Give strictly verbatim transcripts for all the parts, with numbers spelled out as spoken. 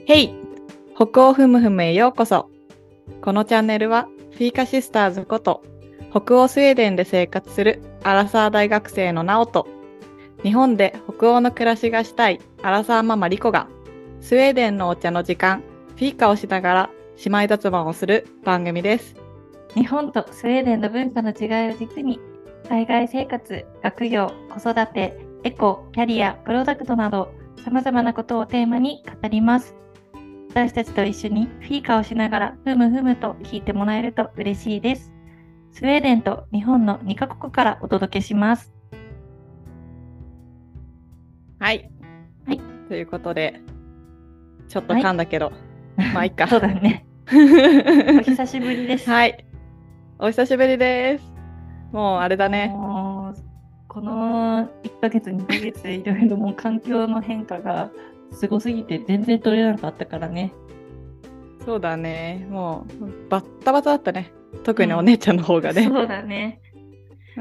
ヘイ、北欧ふむふむへようこそ。このチャンネルはフィーカシスターズこと北欧スウェーデンで生活するアラサー大学生のナオと日本で北欧の暮らしがしたいアラサーママリコがスウェーデンのお茶の時間フィーカをしながら姉妹雑談をする番組です。 日本とスウェーデンの文化の違いを軸に海外生活、学業、子育て、エコ、キャリア、プロダクトなど様々なことをテーマに語ります。私たちと一緒にフィーカをしながらふむふむと聞いてもらえると嬉しいです。スウェーデンと日本のにカ国からお届けします。 はい。 はい。 ということで、ちょっと噛んだけど、はい、まあいいか。 そうだね。お久しぶりです。 はい。お久しぶりです。もうあれだね。 もうこのいっかげつ、にかげついろいろもう環境の変化がすごすぎて全然取れなかったからね。 そうだね。もうバッタバタだったね。特にお姉ちゃんの方がね。 うん、そうだね。 うん。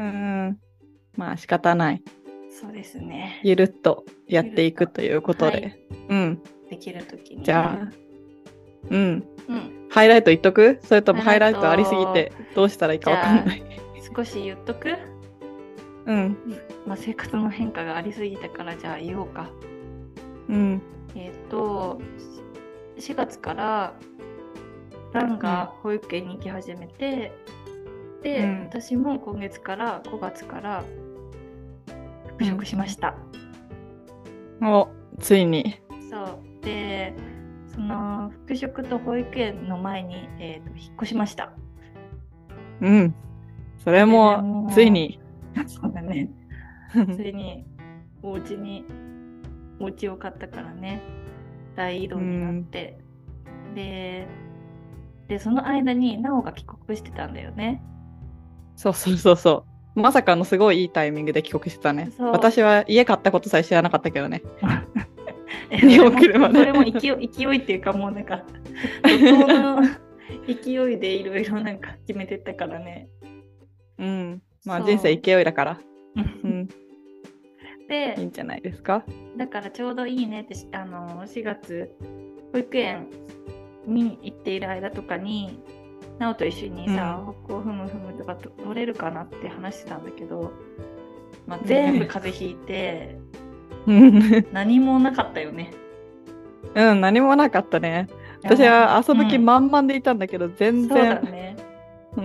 まあ仕方ない。 そうですね。 ゆるっとやっていくということで。はい、うん。 できるときに、ね。 じゃあ、うん。 うん。 ハイライト言っとく？それともハイライトありすぎてどうしたらいいかわかんない。 少し言っとく？ うん。 まあ、生活の変化がありすぎたからじゃあ言おうか。 うん。 えっと、しがつからランが保育園に行き始めて、うん、で、うん、私も今月からごがつから復職しました。 うん、お、ついに。 そうで、その復職と保育園の前に、えーと、引っ越しました。 うん。それもついに。 そうだね。ついにお家にお家を買ったからね。大移動になって、うん、ででその間にナオが帰国してたんだよね。 そうそうそうそう。まさかのすごいいいタイミングで帰国してたね。私は家買ったことさえ知らなかったけどね。 日本来るまで。それも勢い、勢いっていうかもうなんか怒涛の勢いでいろいろなんか決めてったからね。 うん。まあ人生勢いだから。うん。 で、 いいんじゃないですか。 だからちょうどいいねってあのしがつ保育園に行っている間とかにナオと一緒にさ、うん、北欧ふむふむとか取れるかなって話してたんだけど、まあ、全部風邪ひいて、ね、何もなかったよね。 うん、何もなかったね。私は遊ぶ気満々でいたんだけど、うん、全然そうだね、 うん、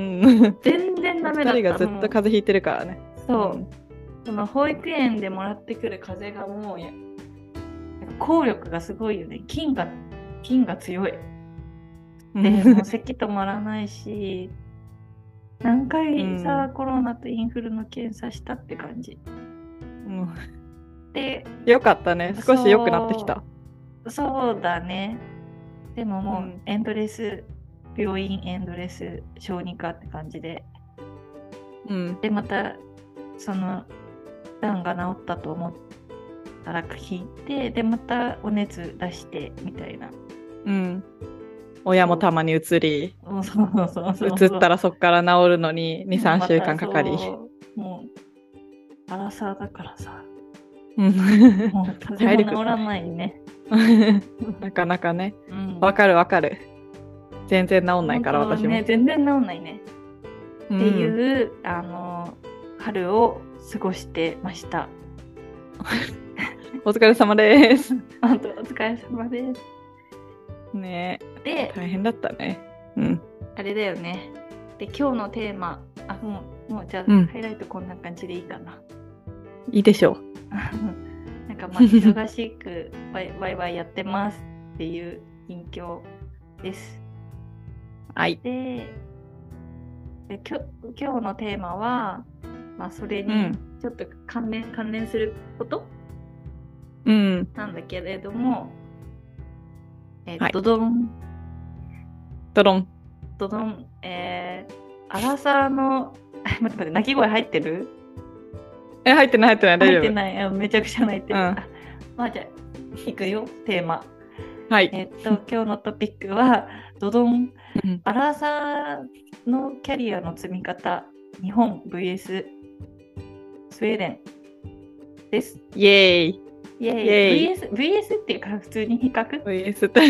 全然ダメだった。 ふたりがずっと風邪ひいてるからね。 そう、うん、その保育園でもらってくる風邪がもう効力がすごいよね。菌が菌が強い。でもう咳止まらないし、何回さ、うん、コロナとインフルの検査したって感じ。 うん、で、よかったね。少し良くなってきた。 そうだね。でももう、うん、エンドレス病院エンドレス小児科って感じで、うん、でまたそのがんが治ったと思ったら引いて、でまたお熱出してみたいな。 うん。親もたまにうつり、うつったらそこから治るのにに、さんしゅうかんかかり。 もうアラサーだからさ、 もう風邪も治らないね。 なかなかね。わ、うん、かるわかる。全然治んないから、私も。 ね、全然治んないね。うん、っていう、あの春を過ごしてました。 お疲れ様です。 本当お疲れ様です。 ねえ、で大変だったね。うん。 あれだよね。で今日のテーマ、あもうもうじゃあ、うん、ハイライトこんな感じでいいかな。 いいでしょう。 なんかまあ忙しくワイワイワイやってますっていう近況です。 はい。 で、で今日今日のテーマは、まあそれにちょっと関連、うん、関連することなんだけれども。えー、ドドン、はい、 ドドンドドン、えー、アラサーの待って待って鳴き声入ってる？ え入ってない入ってない大丈夫。 入ってないめちゃくちゃ鳴いてる。うん、まあじゃあいくよテーマ。 はい。 えっと今日のトピックはドドン、うん、アラサーのキャリアの積み方日本 ブイエス スウェーデンです。 イエーイ。 イエーイ。 イエーイブイエス、ブイエス っていうか普通に比較ブイエス って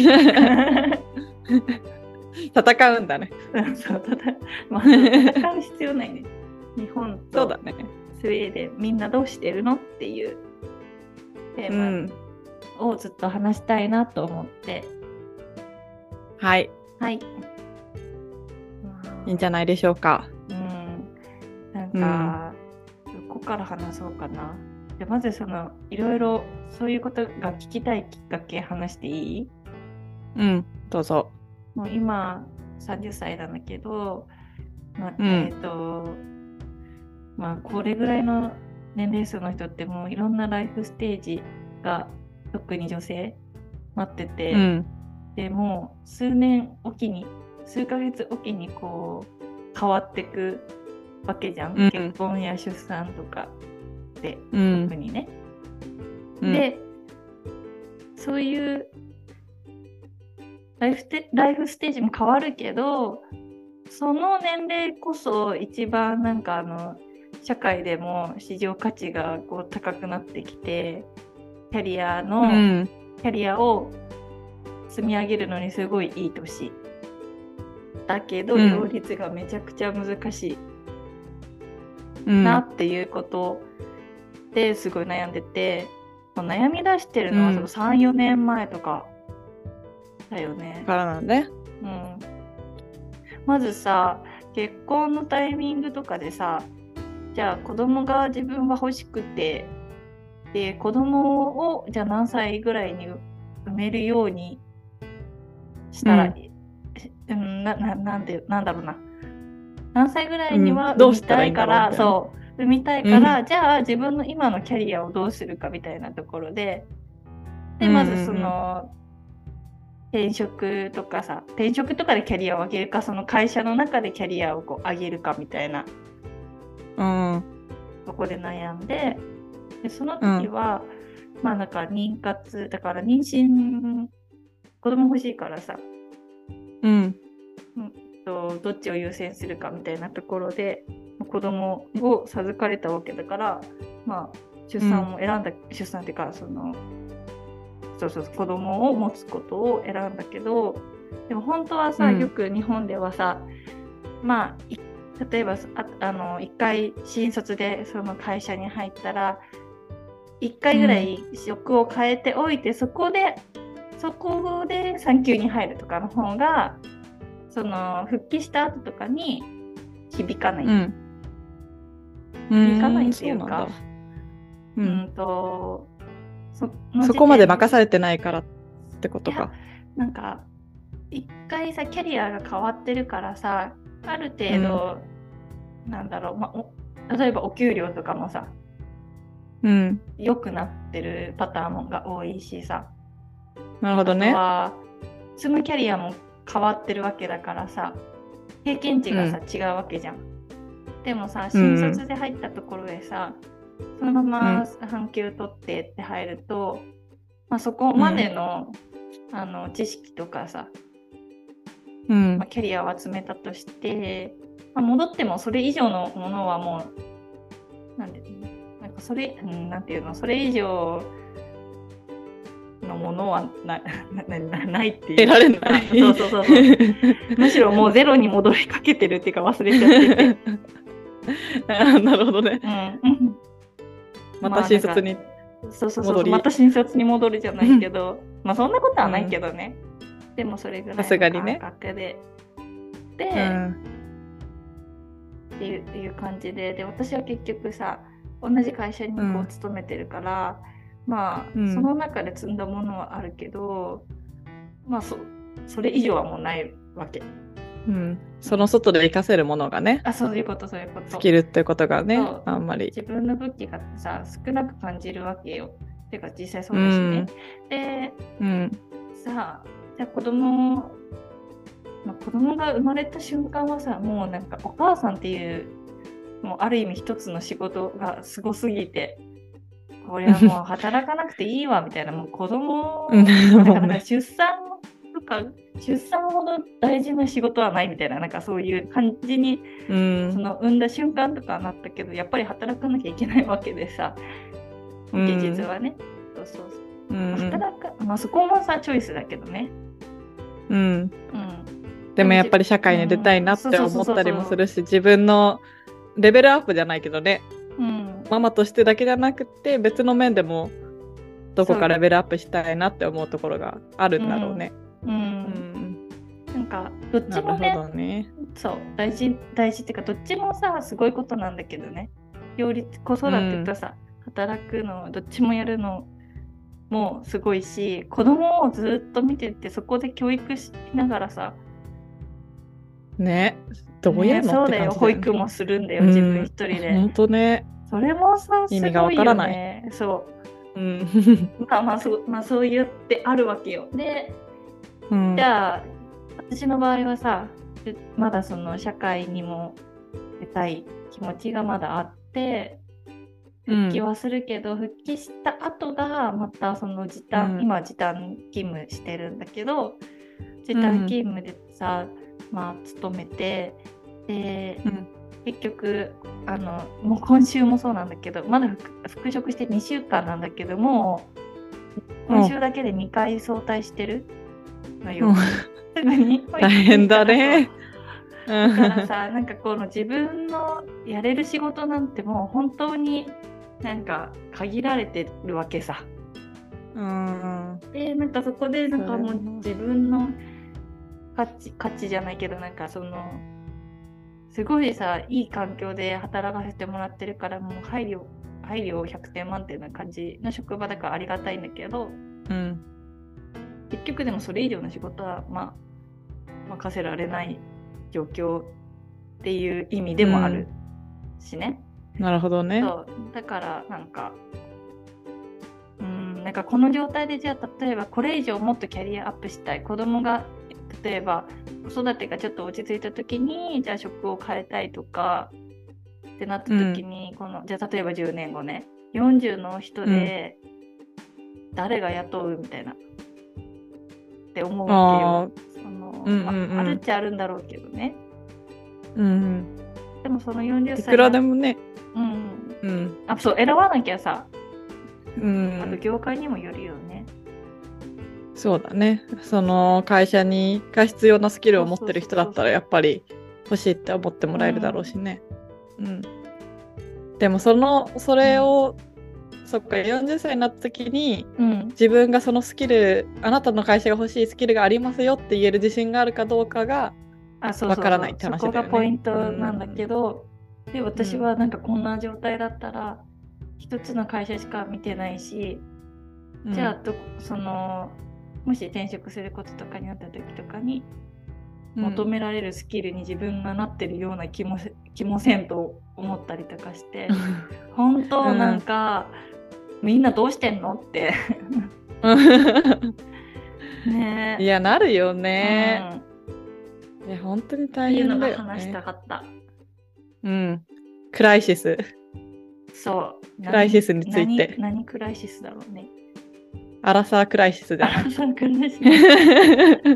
戦うんだね。 うんそうただ、まあ、戦う必要ないね。日本とそうだね。 スウェーデンみんなどうしてるのっていうテうーマん。 をずっと話したいなと思って、 はい。 はい。 いいんじゃないでしょうか。 うん。なんか、どこから話そうかな。でまずそのいろいろそういうことが聞きたいきっかけ話していい？ うん。どうぞ。 もう今さんじゅっさいなんだけど、まあうんえっ、とまあこれぐらいの年齢層の人ってもういろんなライフステージが特に女性待ってて、 うん。 でもう数年おきに数ヶ月おきにこう変わってくわけじゃん、 うん結婚や出産とかで、 うん特にね、 うんでそういうライフテライフステージも変わるけど、その年齢こそ一番なんかあの社会でも市場価値がこう高くなってきて、キャリアの、 うんキャリアを積み上げるのにすごいいい年だけど、 うん両立がめちゃくちゃ難しいうんなっていうことですごい悩んでて、もう悩み出してるのはうんそのさん、よねんまえとかだよね。 からなんね。 うん、まずさ、結婚のタイミングとかでさ、じゃあ子供が自分は欲しくて、で子供をじゃあ何歳ぐらいに産めるようにしたら、うん、なななんでなんだろうな、何歳ぐらいにはうんどう産みしたらいいんだたいから、 ろうみたいなそう産みたいから、じゃあ自分の今のキャリアをどうするかみたいなところで、でまずその、転職とかさ、転職とかでキャリアを上げるか、その会社の中でキャリアをこう上げるかみたいなうんとこで悩んで、でその時は、うん、まあなんか妊活だから妊娠、子供欲しいからさ、 うん、 うん、とどっちを優先するかみたいなところで子供を授かれたわけだから、まあ出産を選んだ、うん、出産っていうかそのそうそう子供を持つことを選んだけど、でも本当はさ、うん、よく日本ではさ、まあ例えば あ, あのいっかい新卒でその会社に入ったらいっかいぐらい職を変えておいて、うん、そこでそこで産休に入るとかの方がその復帰した後とかに響かない、うん、響かないっていうか、うん、うんと そ, そこまで任されてないからってことか。 なんか一回さキャリアが変わってるからさ、ある程度、うん、なんだろう、まあ、例えばお給料とかもさ、うん、良くなってるパターンが多いしさ、 なるほどね。 あとは積むキャリアも変わってるわけだからさ、経験値がさ、うん、違うわけじゃん。でもさ、新卒で入ったところでさ、うん、そのまま半休取ってって入ると、うん、まあ、そこまでの、うん、あの知識とかさ、うんまあ、キャリアを集めたとして、まあ、戻ってもそれ以上のものはもうなんでなんかそれ、うん、なんていうの、それ以上のものは な, な, な, ないっていう。 得られない。 そうそうそうそうむしろもうゼロに戻りかけてるっていうか忘れちゃってて。 あなるほどね。 うん、 また新卒に戻り、 まあ、そうそうそうまた新卒に戻るじゃないけど、まあそんなことはないけどね。うん、でもそれぐらいの感覚で、ね、で、うん、っていうっていう感じで、で私は結局さ同じ会社にこう勤めてるから。うんまあ、うん、その中で積んだものはあるけど、まあ そ, それ以上はもうないわけ、 うん、その外で活かせるものがね、 あそういうことそういうことスキルってことがね、あんまり自分の武器がさ少なく感じるわけよ。てか実際そうだしね、うん、で、うん、さあじゃあ子供、まあ、子供が生まれた瞬間はさもうなんかお母さんっていうもうある意味一つの仕事がすごすぎて、これはもう働かなくていいわみたいな、もう子供だからなんか出産とか出産ほど大事な仕事はないみたいな、なんかそういう感じに、うん、その産んだ瞬間とかなったけど、やっぱり働かなきゃいけないわけでさ、現実はね、 そうそう。 うんうん、 働く、まあそこもさチョイスだけどね。 うん。 うん。 でもやっぱり社会に出たいなって思ったりもするし、自分のレベルアップじゃないけどね、 うん、 ママとしてだけじゃなくて別の面でもどこかレベルアップしたいなって思うところがあるんだろうね。 うん。うん、なんかどっちも ね, ねそう大事大事っていうかどっちもさすごいことなんだけどね。両立子育てとさ、うん、働くのどっちもやるのもすごいし、子供をずっと見ててそこで教育しながらさね、どうやるの、ね、 そうだよ、保育もするんだよ、うん、自分一人で。 本当ね。 それもさ、 意味がわからない。 そう。うん、まあまあそ、まあそう言ってあるわけよ。で、うん、じゃあ私の場合はさ、まだその社会にも出たい気持ちがまだあって、復帰はするけど、うん、復帰した後がまたその時短、うん、今時短勤務してるんだけど、時短勤務でさ、うん、まあ勤めてで、うん、結局あのもう今週もそうなんだけど、まだ復職してにしゅうかんなんだけども、今週だけでにかい早退してるのよ。すぐに大変だね。 だからさ、なんかこの自分のやれる仕事なんてもう本当になんか限られてるわけさ。うん、でなんかそこでなんかもう自分の価値価値じゃないけど、なんかそのすごいさいい環境で働かせてもらってるから、もう配慮配慮ひゃくてん満点な感じの職場だからありがたいんだけど、うん、結局でもそれ以上の仕事はまあ任せられない状況っていう意味でもあるしね、 うん、なるほどね。 そうだからなんかうんなんかこの状態でじゃあ例えばこれ以上もっとキャリアアップしたい、子供が例えば子育てがちょっと落ち着いた時にじゃあ職を変えたいとかってなった時に、うん、このじゃあ例えばじゅうねんごねよんじゅうの人で誰が雇うみたいな、うん、って思うわけよ。その、うんうんうんまあ、あるっちゃあるんだろうけどね、うん、でもそのよんじゅっさいいくらでもね、 うんうん、あそう選ばなきゃさ、 うん、 あと業界にもよるよね。 そうだね、その会社にが必要なスキルを持ってる人だったらやっぱり欲しいって思ってもらえるだろうしね、うんうん、でもそのそれを、うん、そっかよんじゅっさいになった時に、うん、自分がそのスキル、あなたの会社が欲しいスキルがありますよって言える自信があるかどうかがわからないって話だよね。 そこがポイントなんだけど、うん、で私はなんかこんな状態だったら一つの会社しか見てないし、うん、じゃあどそのもし転職することとかになった時とかに求められるスキルに自分がなってるような気も、気もせんと思ったりとかして本当なんか、うん、みんなどうしてんのってねえいやなるよね、うん、いや本当に大変だよね。 っていうのが話したかった。 うんクライシス。 そうクライシスについて何, 何クライシスだろうね。 アラサークライシスだよ。 アラサークライシ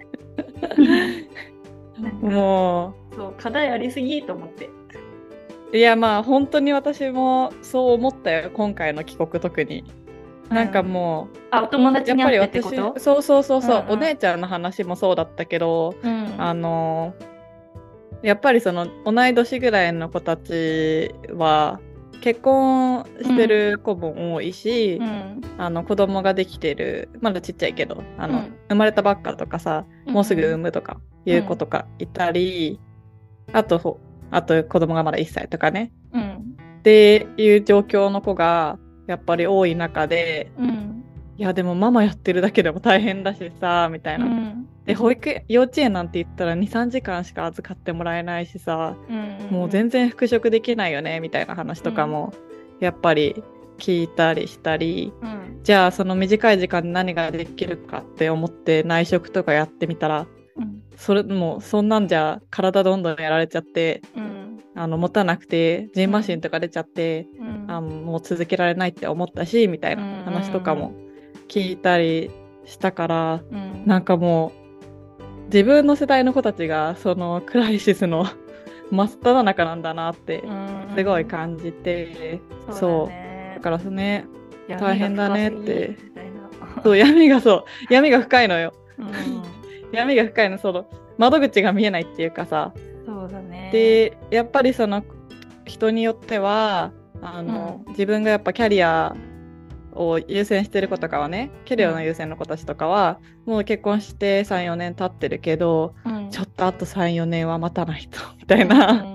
スもうそう課題ありすぎと思って。 いやまあ本当に私もそう思ったよ、今回の帰国特に。なんかもう、 うん、あお友達に会ってってこと？ やっぱり私そうそうそうそう、うんうん、お姉ちゃんの話もそうだったけど、うん、あのやっぱりその同い年ぐらいの子たちは結婚してる子も多いし、うん、あの子供ができてる、まだちっちゃいけどあの、うん、生まれたばっかとかさ、もうすぐ産むとかいう子とかいたり、うん、あとあと子供がまだいっさいとかね、うん、っていう状況の子がやっぱり多い中で、うん、いやでもママやってるだけでも大変だしさみたいな、うん、で保育幼稚園なんて言ったら にさんじかんしか預かってもらえないしさ、うんうんうん、もう全然復職できないよねみたいな話とかもやっぱり聞いたりしたり、うん、じゃあその短い時間で何ができるかって思って内職とかやってみたら、うん、それもうそんなんじゃ体どんどんやられちゃって、うん、あの持たなくてジンマシンとか出ちゃって、うん、あもう続けられないって思ったしみたいな話とかも聞いたりしたから、うん、なんかもう自分の世代の子たちがそのクライシスの真っ只中なんだなってすごい感じて、うん、そうだね。そうだからね大変だねって。 みたいな。 そう、闇がそう闇が深いのよ。 うん、 闇が深いの、その窓口が見えないっていうかさ。 そうだね。 でやっぱりその人によってはあの、うん、自分がやっぱキャリアを優先してる子とかはね、キャリアの優先の子たちとかは、うん、もう結婚してさん、よねん経ってるけど、うん、ちょっとあとさん、よねんは待たないとみたいな、うん、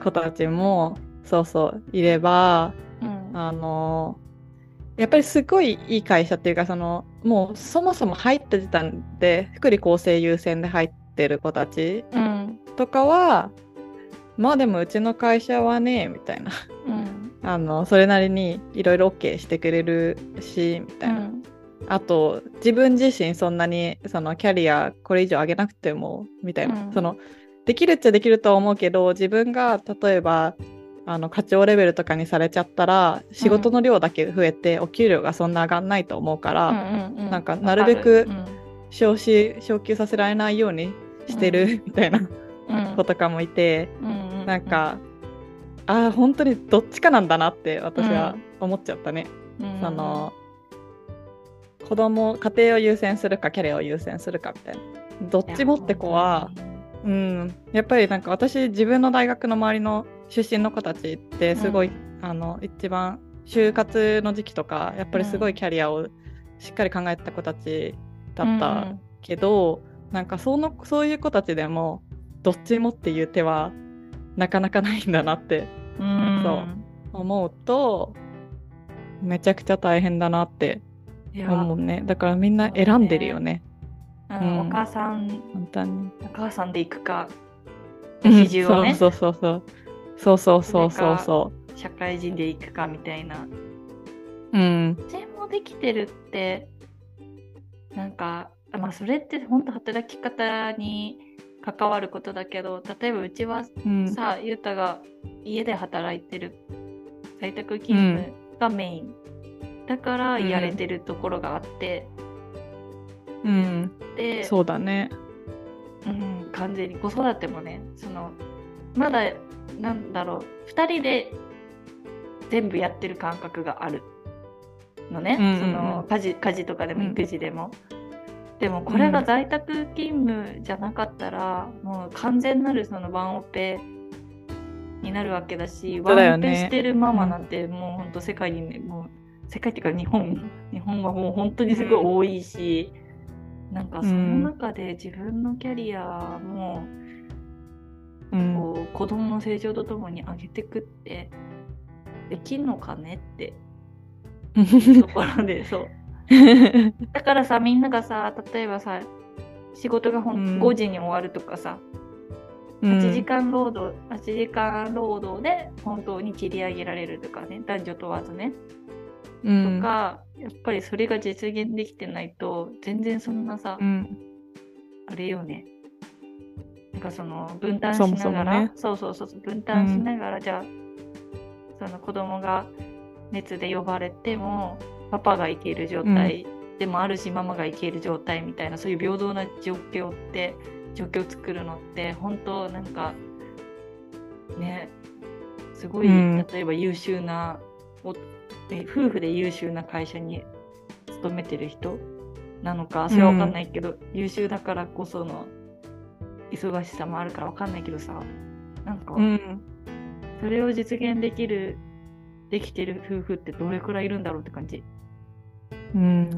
子たちもそうそういれば、うん、あのやっぱりすごいいい会社っていうか、そのもうそもそも入ってたんで福利厚生優先で入ってる子たちとかは、うん、まあでもうちの会社はねみたいな、うん、あのそれなりにいろいろ OK してくれるしみたいな、うん、あと自分自身そんなにそのキャリアこれ以上上げなくてもみたいな、うん、そのできるっちゃできるとは思うけど、自分が例えばあの課長レベルとかにされちゃったら仕事の量だけ増えて、うん、お給料がそんな上がんないと思うから、うんうんうん、なんかなるべく昇進、昇給させられないようにしてる、うん、みたいな子とかもいて、うんうんうん、なんかあ本当にどっちかなんだなって私は思っちゃったね、うん、その子供家庭を優先するかキャリアを優先するかみたいな、どっちもって子はうん、やっぱりなんか私自分の大学の周りの出身の子たちってすごい、うん、あの一番就活の時期とかやっぱりすごいキャリアをしっかり考えた子たちだったけど、うんうん、なんかそのそういう子たちでもどっちもっていう手はなかなかないんだなって、うん、そう思うとめちゃくちゃ大変だなって思うね。だからみんな選んでるよね。 うん、お母さん本当にお母さんで行くか、比重をね、 うん、そうそうそうそうそうそうそうそう社会人で行くかみたいな、 うんどっちもできてるってなんか、まあそれって本当働き方に関わることだけど、例えばうちはさ、うん、ゆうたが家で働いてる在宅勤務がメイン、うん、だからやれてるところがあって、 うん、でそうだね、 うん、完全に子育てもね、そのまだなんだろうふたりで全部やってる感覚があるのね、うんうんうん、その家事、家事とかでも育児でも、うん、でもこれが在宅勤務じゃなかったら、うん、もう完全なるそのワンオペになるわけだし、ワンオペしてるママなんてもうほんと世界にね、もう世界っていうか日本日本はもう本当にすごい多いし、うん、なんかその中で自分のキャリアも、うん、こう子供の成長とともに上げてくってできんのかねってところでそうだからさ、みんながさ、例えばさ仕事がほん、うん、ごじに終わるとかさ、はちじかん労働、はちじかん労働で本当に切り上げられるとかね、男女問わずね、うん、とかやっぱりそれが実現できてないと全然そんなさ、うん、あれよね、なんかその分担しながら、そもそもね、そうそうそう分担しながら、うん、じゃあその子供が熱で呼ばれてもパパが行ける状態、うん、でもあるしママが行ける状態みたいな、そういう平等な状況って状況を作るのって本当なんかね、すごい、うん、例えば優秀なお夫婦で優秀な会社に勤めてる人なのかそれは分かんないけど、うん、優秀だからこその忙しさもあるから分かんないけどさ、なんか、うん、それを実現できるできてる夫婦ってどれくらいいるんだろうって感じ。 うん、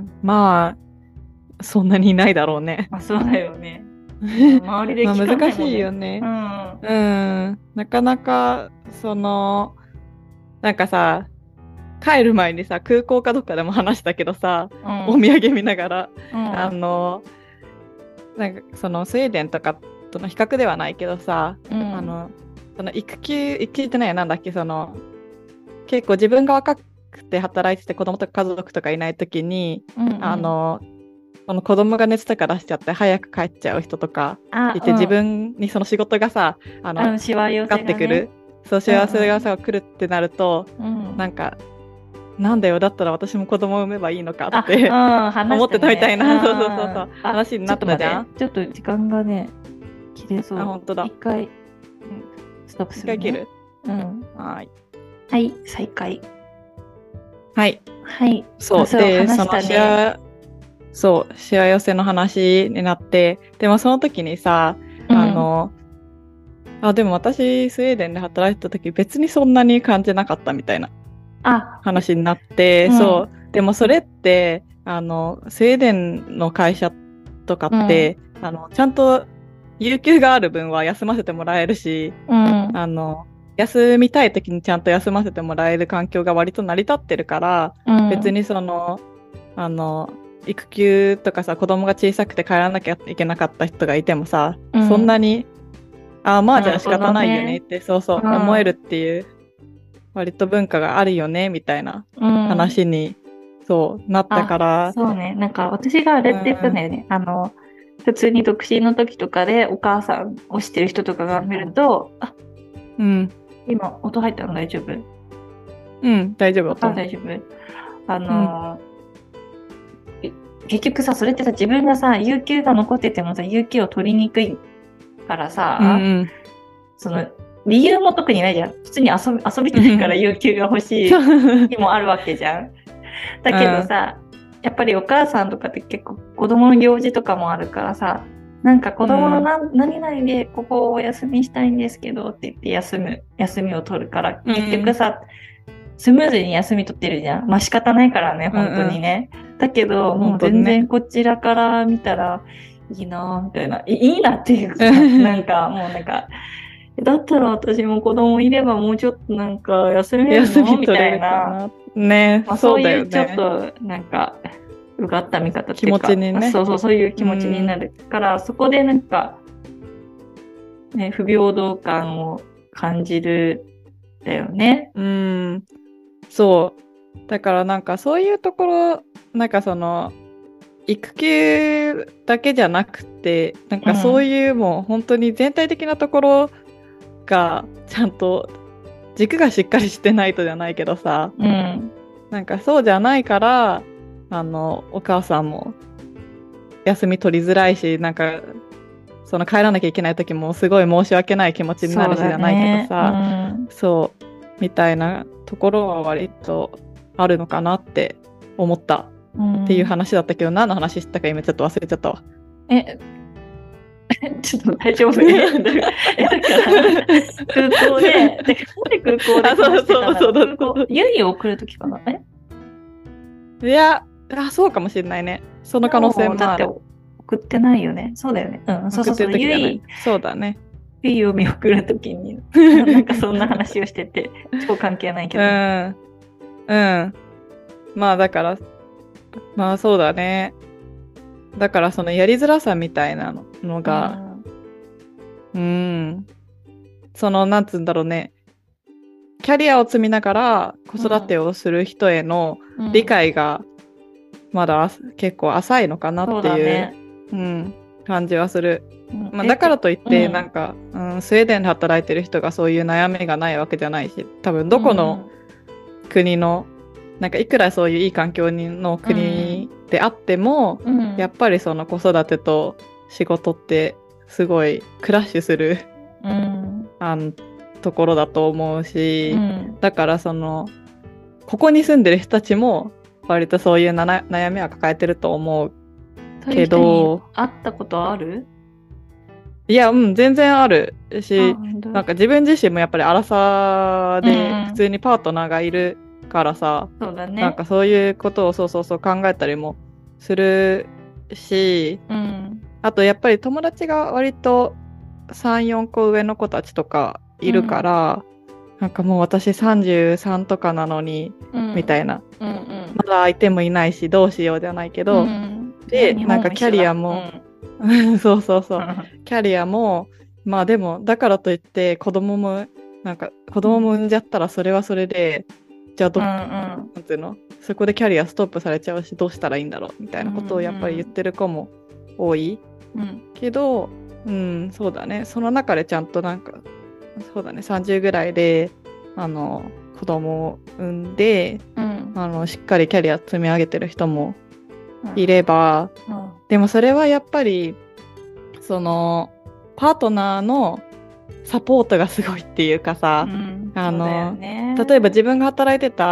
まあそんなにいないだろうね。 まあそうだよね。周りで聞かないもんね。まあ難しいよね。うん、うん、なかなかそのなんかさ、帰る前にさ空港かどっかでも話したけどさ、うん、お土産見ながら、うん、あのなんかそのスウェーデンとかとの比較ではないけどさ、うん、あのその育休育休ってないなんだっけ、その結構自分が若くて働いてて子供とか家族とかいない時に、うんうん、あのその子供が熱とか出しちゃって早く帰っちゃう人とかいて、うん、自分にその仕事がさあの、うん、 しわ寄せがね、 かかってくる、そうしわ寄せがさ、うんうん、来るってなると、うん、なんかなんだよ、だったら私も子供を産めばいいのかって、うん、思ってたみたいな、そうそうそうそう話になったじゃん。 ちょっと時間がね切れそう。 あ、本当だ。 一回、うん、ストップする、ね、 一回切る。 うん、 はいはい、再開。 はい。 はい。 そう。 そうで、その話したね。 しわ、そう、しわ寄せの話になって、でもその時にさ、 うんあの、あ、でも私、スウェーデンで働いてた時、別にそんなに感じなかったみたいなあ、 話になって、 うんそう。でもそれって、あの、スウェーデンの会社とかって、あの、ちゃんと有給がある分は休ませてもらえるし、 うん。 あの、休みたい時にちゃんと休ませてもらえる環境が割と成り立ってるから、 うん。 別にその、あの、育休とかさ、子供が小さくて帰らなきゃいけなかった人がいてもさ、 うんそんなに、ああ、まあじゃあ仕方ないよなるほどねねって、そうそう、 うん思えるっていう、割と文化があるよね、みたいなうん。 話に、そう、なったかあ、 ら、 そうね。なんか私があれって言ったんだよね。あの、普通に独身の時とかでお母さんをしてる人とかが見ると、あ、 うん、 今音入ったの大丈夫？ うん、大丈夫だとあ、 思う。 大丈夫。あのー、え結局さ、それってさ、自分がさ、有給が残っててもさ、有給を取りにくいからうんさ、 うん。 その、理由も特にないじゃん。普通に遊び、遊びたいから有給が欲しい日もあるわけじゃん。だけどさ、やっぱりお母さんとかって結構子供の行事とかもあるからさ、なんか子供のな、ん、何々でここをお休みしたいんですけどって言って休む、休みを取るから、結局さ、スムーズに休み取ってるじゃん。まあ仕方ないからね、本当にね。うんうん、だけど、もう全然こちらから見たらいいなみたいな。いいなっていうか、なんかもうなんか、だったら私も子供いればもうちょっとなんか休めるのみたいな。 ね、 まあ、そういうちょっとなんかうがった見方っていうか、 気持ちにね、 そうそうそういう気持ちになるから、そこでなんか、ね、不平等感を感じるだよね。 うん、そう。だからなんかそういうところ、なんかその育休だけじゃなくて、なんかそういうもう本当に全体的なところがちゃんと軸がしっかりしてないとじゃないけどさ、 うん、 なんかそうじゃないから、あのお母さんも休み取りづらいし、なんかその帰らなきゃいけない時もすごい申し訳ない気持ちになるしじゃないけどさ、そう、うん、そうみたいなところは割とあるのかなって思ったっていう話だったけど、うん、何の話してたか今ちょっと忘れちゃったわ。 えちょっと大丈夫えだから空港で、なんで空港で話してたんだろう。空港、ユイを送るときかな。えいや、あ、そうかもしれないね。その可能性もある。 送ってないよね。そうだよね。うん、そうそうそう。ユイ、 そうだね。 ユイを見送るときに、なんかそんな話をしてて、超関係ないけど。 うん。うん。まあだから、まあそうだね。だからそのやりづらさみたいなのが、うん、うんそのなんつうんだろうね、キャリアを積みながら子育てをする人への理解がまだ結構浅いのかなっていう、ねうん、感じはする。うんまあ、だからといってなんか、うんうん、スウェーデンで働いてる人がそういう悩みがないわけじゃないし、多分どこの国の、うん、なんかいくらそういういい環境の国であっても、うん、やっぱりその子育てと仕事ってすごいクラッシュする、うん、あのところだと思うし、うん、だからそのここに住んでる人たちも割とそういうなな悩みは抱えてると思うけど、 そういう人に会ったことある？ いや、うん、全然あるし、なんか自分自身もやっぱりアラサーで普通にパートナーがいるからさ、うんそうだね、なんかそういうことをそうそうそう考えたりもするし、うん、あとやっぱり友達が割とさん、よんこ上の子たちとかいるから、うん、なんかもう私さんじゅうさんとかなのに、うん、みたいな、うんうん、まだ相手もいないしどうしようじゃないけど、うん、でなんかキャリアも、うん、そうそうそうキャリアもまあでもだからといって子供もなんか子供も産んじゃったらそれはそれで、うん、じゃあどっ、うんうん、なんていうのそこでキャリアストップされちゃうしどうしたらいいんだろうみたいなことをやっぱり言ってる子も多い、うん、けどうんそうだねその中でちゃんとなんかそうだねさんじゅうぐらいであの子供を産んで、うん、あのしっかりキャリア積み上げてる人もいれば、うんうん、でもそれはやっぱりそのパートナーのサポートがすごいっていうかさ、うん、あの、ね、例えば自分が働いてた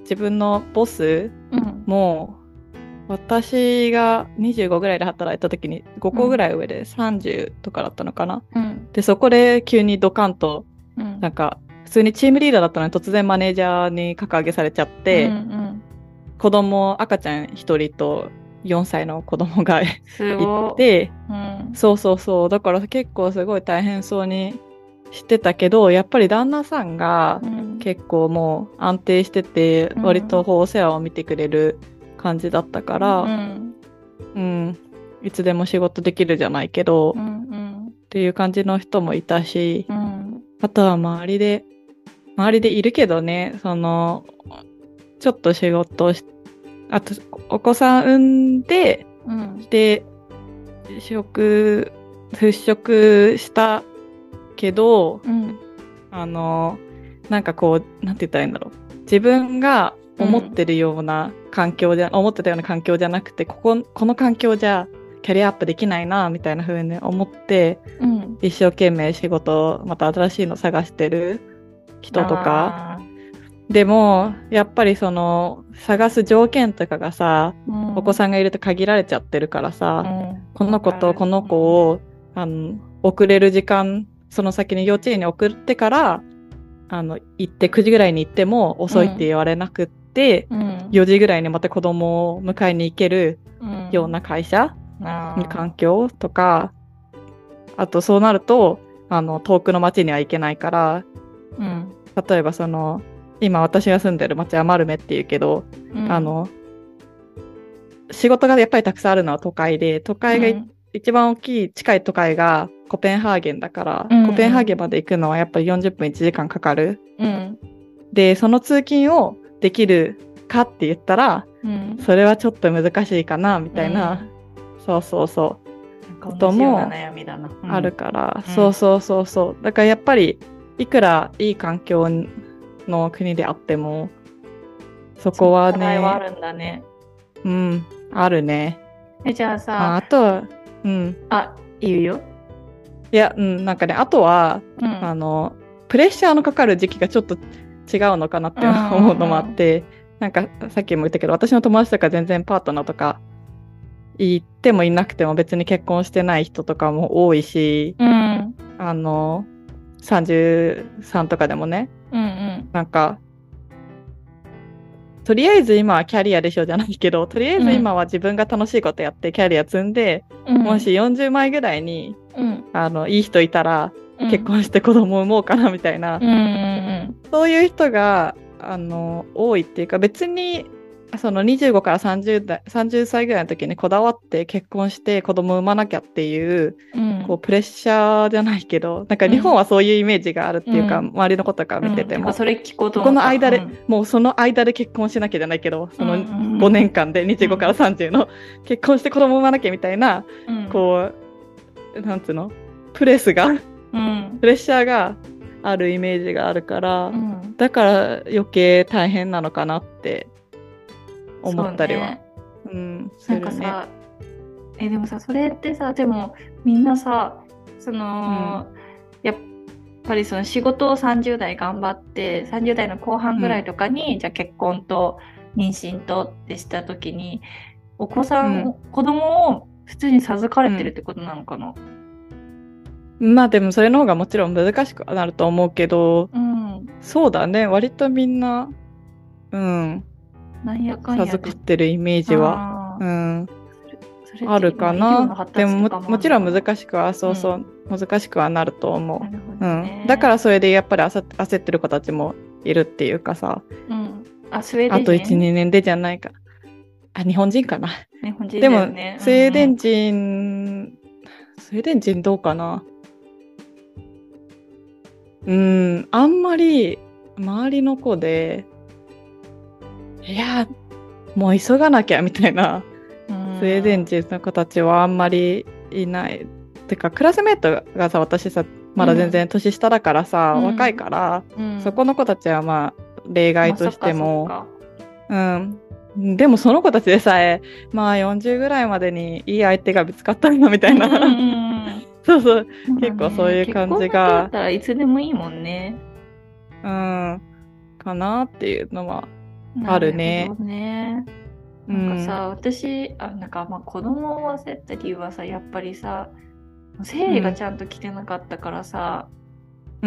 自分のボスうんも、私がにじゅうごぐらいで働いた時にごこぐらい上でさんじゅうとかだったのかな。 うんで、そこで急にドカンと、 うんなんか、普通にチームリーダーだったのに突然マネージャーに格上げされちゃって、 うんうん子供、赤ちゃんひとりとよんさいの子供がいすごい。 て、 うんそうそうそう。だから結構すごい大変そうにしてたけど、やっぱり旦那さんがうん結構もう安定してて、 うん割とお世話を見てくれる感じだったから、 うんうん、いつでも仕事できるじゃないけど、 うんうんっていう感じの人もいたし、 うんあとは周りで、周りでいるけどね、その、ちょっと仕事をし、あと、お子さん産んで、 うんで、食、払拭したけど、 うんあの、なんかこう、なんて言ったらいいんだろう。自分が思ってるような環境じゃ、思ってたような環境じゃなくて、ここ、この環境じゃキャリアアップできないな、みたいな風に思って、 うん一生懸命仕事、また新しいの探してる人とか。でも、やっぱりその、探す条件とかがさ、お子さんがいると限られちゃってるからさ、 うんこの子とこの子を、あの、送れる時間、その先に幼稚園に送ってから、あの、行ってくじぐらいに行っても遅いって言われなくって、 うんよじぐらいにまた子供を迎えに行けるうんような会社、 あー環境とか、あとそうなると、あの、遠くの町には行けないから、 うん例えばその、今私が住んでる町はマルメっていうけど、 うんあの、仕事がやっぱりたくさんあるのは都会で、都会がい、 うん一番大きい近い都会がコペンハーゲンだから、 うんうんコペンハーゲンまで行くのはやっぱりよんじゅっぷんいちじかんかかる。 うんで、その通勤をできるかって言ったら、 うんそれはちょっと難しいかな、みたいな、そうそうそう、ことも悩みだな。 あるから、 うんそうそうそうそう。だからやっぱり、いくらいい環境の国であっても、そこは課題はあね、 るんだね。 うん、あるね。 え、じゃあさ、 まあ、あとは、うん。 あ、言うよ。 いや、うん、なんかね、あとは、 うんあの、プレッシャーのかかる時期がちょっと違うのかなってうんうんうん思うのもあって、なんかさっきも言ったけど、私の友達とか全然パートナーとか、いてもいなくても別に結婚してない人とかも多いし、 うんあの、さんじゅうさんとかでもね、 うんうんなんか、とりあえず今はキャリアでしょじゃないけど、とりあえず今は自分が楽しいことやってキャリア積んで、 うんもしよんじゅうまいぐらいに、 うんあの、いい人いたら、 うん結婚して子供を産もうかなみたいな、 うんうんそういう人が、あの、多いっていうか、別に、そのにじゅうごからさんじゅう代、さんじゅっさいぐらいの時にこだわって結婚して子供を産まなきゃっていう、 うんこう、プレッシャーじゃないけど、なんか日本はそういうイメージがあるっていうか、 うん周りのことから見てても、 うんなんかそれ聞こうとこ思ったの間で、 うんもうその間で結婚しなきゃじゃないけど、そのうんうんうんごねんかんでにじゅうごからさんじゅうの結婚して子供を産まなきゃみたいな、 うんこう、なんつうのプレスが、 うんプレッシャーがあるイメージがあるから、 うんだから余計大変なのかなって思ったりは、 そうねうん、すなんるね。 かさ、え、でもさ、それってさ、でもみんなさ、その、やっぱりその仕事をさんじゅう代頑張って、さんじゅう代の後半ぐらいとかに、じゃあ結婚と妊娠とってした時に、お子さん、 うん子供を普通に授かれてるってことなのかな。 まあでもそれの方がもちろん難しくなると思うけど、 うん。 そうだね、割とみんな、うん、 なんやかんやで授かってるイメージは、 あーうん、 それってあるか今医療のな。 発でも達とかもももちろんあるのか難しくは、そうそう、難しくはなると思ななるほう。 どうねん、だからそれでやっぱり焦焦ってる子たちもいるっていうかさ、 うん。あ、スウェーデン人あといち、にねんでじゃないか。あ、日本人かな。 日本人でも、 だよね。 スウェーデン人。 人、スウェーデン人どうかな。うーん、あんまり周りの子で、いや、もう急がなきゃみたいな、 スウスウェーデン人の子たちはあんまりいない。てか、クラスメートがさ、私さ、まだ全然年下だからさ、 うん若いから、 うん、 そこの子たちはまあ、例外としても、 まあうん。でもその子たちでさえ、まあよんじゅうぐらいまでにいい相手が見つかったんだみたいな。 そっかそっかうんうんうんそうそう。 うん結構そういう感じが結婚だけだったらいつでもいいもんね。 うん。かなっていうのはあるね。 なるほどね。なんかさ、私あなんかまあ子供を焦った理由はさ、やっぱりさ、生理がちゃんと来てなかったからさ、 うん、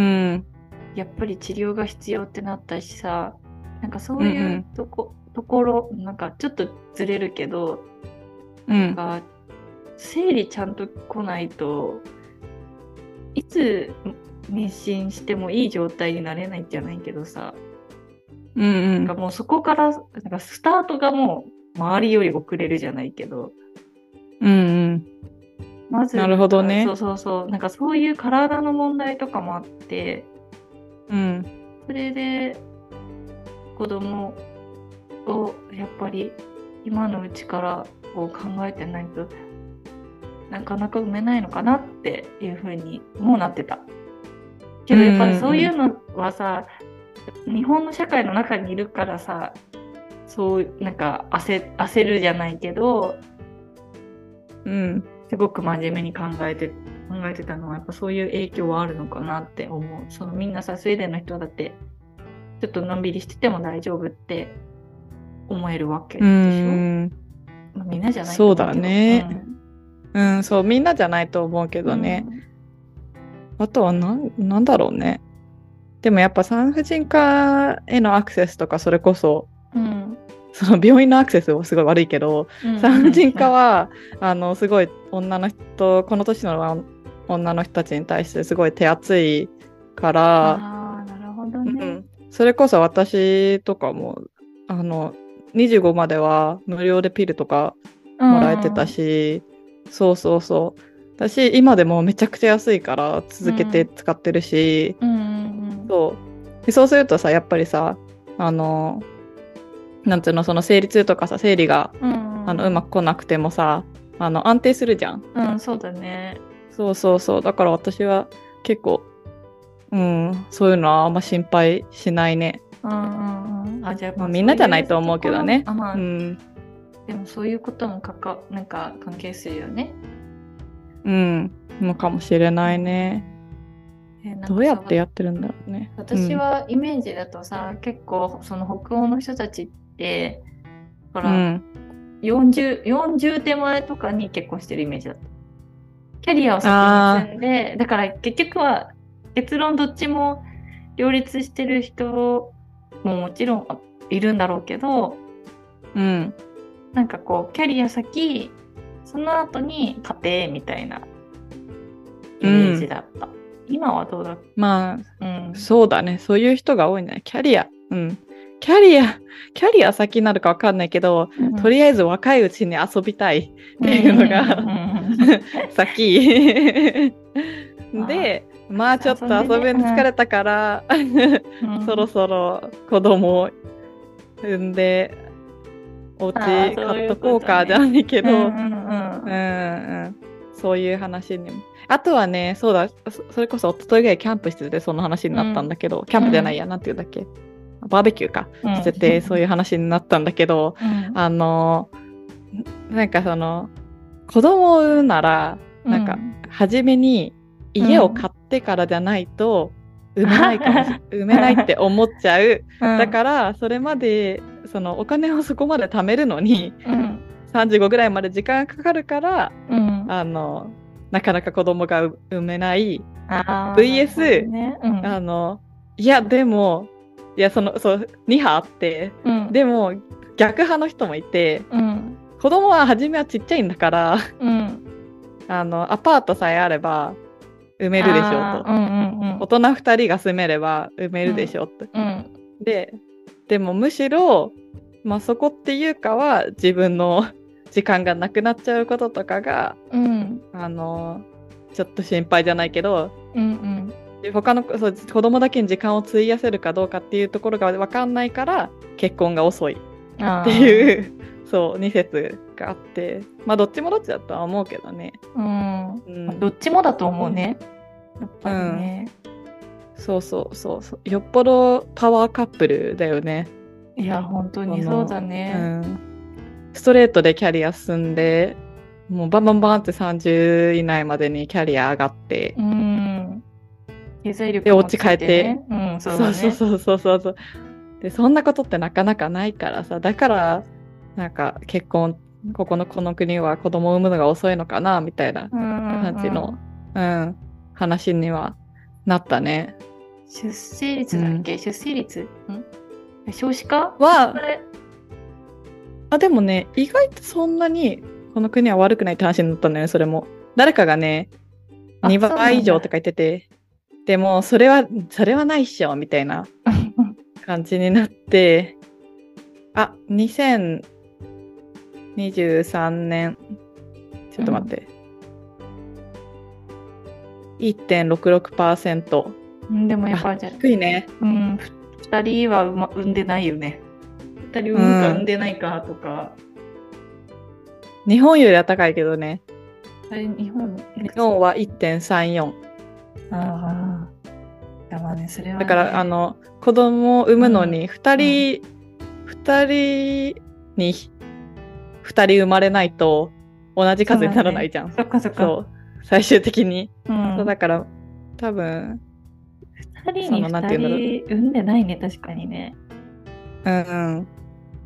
やっぱり治療が必要ってなったしさ、なんかそういうとこ、ところなんかちょっとずれるけど、 うん、 なんか生理ちゃんと来ないといつ妊娠してもいい状態になれないんじゃないけどさ、 うん、うなんん、 かもうそこからなんかスタートがもう周りより遅れるじゃないけど、 うん、うん。 まずなるほどね。 そうそうそう、なんかそういう体の問題とかもあって、 うん、 それで子供をやっぱり今のうちからこう考えてないとなかなか産めないのかなっていうふうにもうなってた。けどやっぱりそういうのはさ、日本の社会の中にいるからさ、そうなんか 焦, 焦るじゃないけど、 うん、 すごく真面目に考えて考えてたのはやっぱそういう影響はあるのかなって思う。そのみんなさ、スウェーデンの人だってちょっとのんびりしてても大丈夫って思えるわけでしょ。 うん、 まあ、みんなじゃないそうだね。 うん、 うん、そう、みんなじゃないと思うけどね。うん、あとはなん、なんだろうね。でもやっぱ産婦人科へのアクセスとか、それこそ、 うん、 その病院のアクセスはすごい悪いけど、うん、産婦人科は、うん、あのすごい女の人、この年の女の人たちに対してすごい手厚いから、 あー、なるほどね、うん、 それこそ私とかもあのにじゅうごまでは無料でピルとかもらえてたし、うん、そうそうそう。私今でもめちゃくちゃ安いから続けて使ってるし、うん、そうでそうするとさ、やっぱりさ、あのなんていうの、その生理痛とかさ、生理が、うん、あのうまく来なくてもさ、あの安定するじゃん。 うん、そうだね。 そうそうそう。だから私は結構、うん、そういうのはあんま心配しないね。うんうんうん。あ、じゃあ、まあ、みんなじゃないと思うけどね。 あ、まあ、 うん、 でもそういうこともかかなんか関係するよね。 うん、のかもしれないね。えどうやってやってるんだろうね。 私はイメージだとさ、うん、結構その北欧の人たちってだから、うん、よんじゅう、よんじゅう手前とかに結婚してるイメージだった。キャリアを先に積んで、だから結局は結論どっちも両立してる人ももちろんいるんだろうけど、うん、なんかこうキャリア先、その後に家庭みたいなイメージだった。うん、今はどうだった？ まあ、うん、そうだね。そういう人が多いね。キャリア。うん。キャリア、キャリア先になるか分かんないけど、うん、とりあえず若いうちに遊びたいっていうのが、先。で、まあちょっと遊びに疲れたから、うん、そろそろ子供を産んで、お家買っとこうかじゃないけど、そういう話にも。あとはね、そうだ、それこそ一昨日ぐらいキャンプしててその話になったんだけど、うん、キャンプじゃないや、なんていうんだっけ、バーベキューか、うん、しててそういう話になったんだけど、うん、あのなんかその子供を産むなら、うん、なんか初めに家を買ってからじゃないと産めないかもしれ、産めないって思っちゃう、うん、だからそれまでそのお金をそこまで貯めるのに、うん、さんじゅうごぐらいまで時間がかかるから、うん、あのなかなか子供が産めない ブイエス、ね、うん、あのいやでもいやそのそうに派あって、うん、でも逆派の人もいて、うん、子供は初めはちっちゃいんだから、うん、あのアパートさえあれば産めるでしょうと、うんうんうん、大人ふたりが住めれば産めるでしょうと、うん、ででもむしろ、まあ、そこっていうかは自分の時間がなくなっちゃうこととかが、うん、あのちょっと心配じゃないけど、うんうん、他のそう子供だけに時間を費やせるかどうかっていうところが分かんないから結婚が遅いっていうそうに説があって、まあどっちもどっちだとは思うけどね、 うんうん、どっちもだと思うね、うん、やっぱりね、 うん、そうそうそうそう、よっぽどパワーカップルだよね。 いや本当にそうだね、うん、 ストレートでキャリア進んでもうバンバンバンってさんじゅう以内までにキャリア上がって、うん、 経済力でお家帰って、 うん、 そうだね、そうそうそうそうそうでそんなことってなかなかないからさ、だからなんか結婚ここのこの国は子供を産むのが遅いのかなみたいな感じの、うんうんうん、話にはなったね。 出生率だっけ、うん、出生率ん少子化はあでもね意外とそんなにこの国は悪くないって話になったんだよね。それも誰かがねにばい以上って書いてて、でもそれはそれはないっしょみたいな感じになってあにせんにじゅうさんねんちょっと待って、うん、いってんろくろくパーセント、 でもやっぱじゃ低いね。 うん、ふたりは産んでないよね。ふたり産むか産んでないかとか、 うん、日本よりは高いけどね。 あれ日本日本は いってんさんよん。 ああ、まあね、それはね、 だからあの子供を産むのにふたり、うん、ふたりにふたり生まれないと同じ数にならないじゃん。 そっかそっか。 そう最終的に、 うん、 そうだから多分ふたりにふたり産んでないね、確かにね。 うんうん。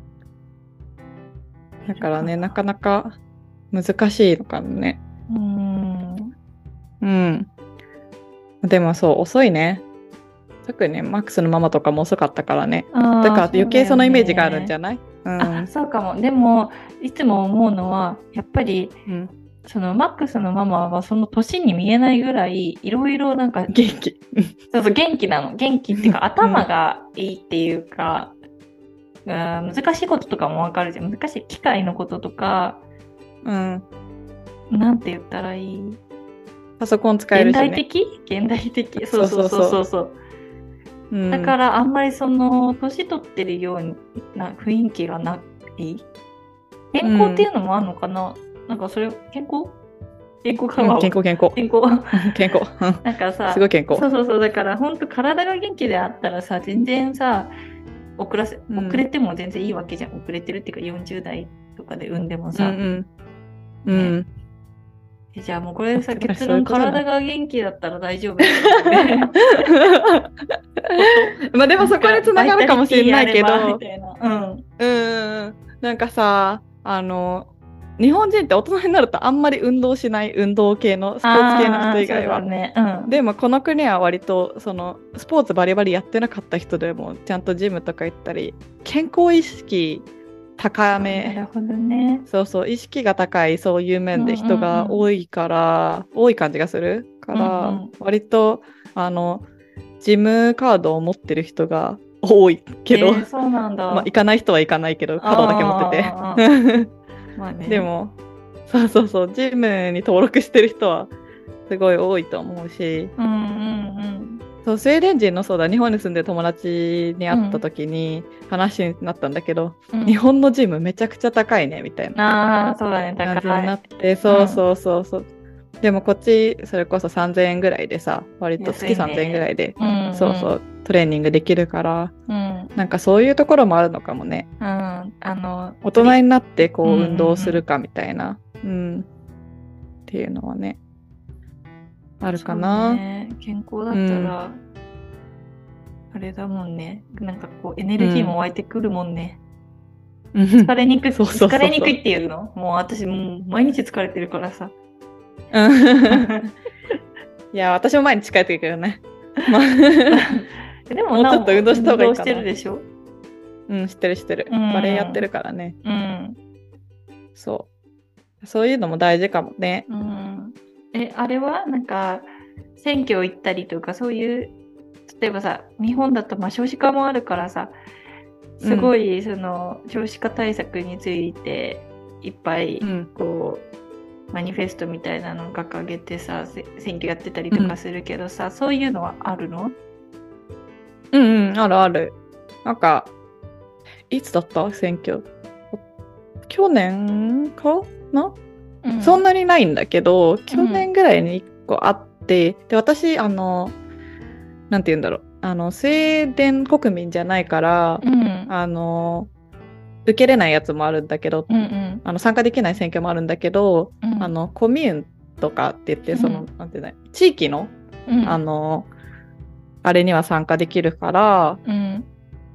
だからねなかなか難しいのかもね。 うんうんでもそう遅いね。特にねマックスのママとかも遅かったからね。だから余計そのイメージがあるんじゃない？ うん、あそうかも。でもいつも思うのはやっぱり、うん、そのマックスのママはその年に見えないぐらいいろいろなんか元気そうそう元気なの。元気っていうか頭がいいっていうか、うん、難しいこととかも分かるじゃん。難しい機械のこととか、 うん、 なんて言ったらいい？ パソコン使えるしね。 現代的？現代的。そうそうそうそうそう。 うん、 だからあんまりその年取ってるような雰囲気がない健康っていうのもあるのかな、うん、なんかそれ健康健康か、 うん、健康健康健康健康なんかさすごい健康。 そうそうそうだから本当体が元気であったらさ全然さ遅らせ遅れても全然いいわけじゃん、うん、遅れてるっていうかよんじゅう代とかで産んでもさ、 うんうんうん、 ね、じゃあもうこれさ結論体が元気だったら大丈夫まあでもそこにつながるかもしれないけど、 みたいな、うん、 うんなんかさあの日本人って大人になるとあんまり運動しない運動系のスポーツ系の人以外は、 ねうん、 でもこの国は割とそのスポーツバリバリやってなかった人でもちゃんとジムとか行ったり健康意識高め、 なるほどね、 そうそう意識が高いそういう面で人が多いから、うんうんうん、多い感じがするから、うんうん、割とあのジムカードを持ってる人が多いけど、えー、そうなんだ、 まあ、行かない人は行かないけどカードだけ持っててまあ、ね、 でもそうそうそうジムに登録してる人はすごい多いと思うし、 うんうんうんそうスウェーデン人のそうだ日本に住んでる友達に会った時に話になったんだけど、うん、日本のジムめちゃくちゃ高いねみたいな、あそうだね高い感じになって、そうそうそうそう、うん、でもこっちそれこそさんぜんえんぐらいでさ割と月さんぜんえんぐらいで、うんうん、そうそうトレーニングできるから、うん、なんかそういうところもあるのかもね、 うん、あの大人になってこう運動するかみたいな、うんうんうん、っていうのはねあるかな、 ね、健康だったら、うん、あれだもんねなんかこうエネルギーも湧いてくるもんね、うん、疲れにくいそうそうそうそう疲れにくいっていうのもう私もう毎日疲れてるからさいや私も毎日疲れてるけどねでももうちょっと運動した方がいいかな。 してるでしょ？ うん、知ってる知ってる。バレエやってるからね。 うん。 そう。そういうのも大事かもね。 うん。え、あれはなんか選挙行ったりとかそういう例えばさ日本だとまあ少子化もあるからさすごいその少子化対策についていっぱいこう、うん、マニフェストみたいなのを掲げてさ選挙やってたりとかするけどさ、うん、そういうのはあるの？ うんうん、あるある。なんか、いつだった選挙。去年かな、うん、そんなにないんだけど、去年ぐらいにいっこあって、うん、で、私、あの、なんて言うんだろう。あの、スウェーデン国民じゃないから、うん、あの、受けれないやつもあるんだけど、うんうん、あの参加できない選挙もあるんだけど、うん、あの、コミューンとかって言って、その、うん、なんていうの、地域の、うん、あの、あれには参加できるから、うん、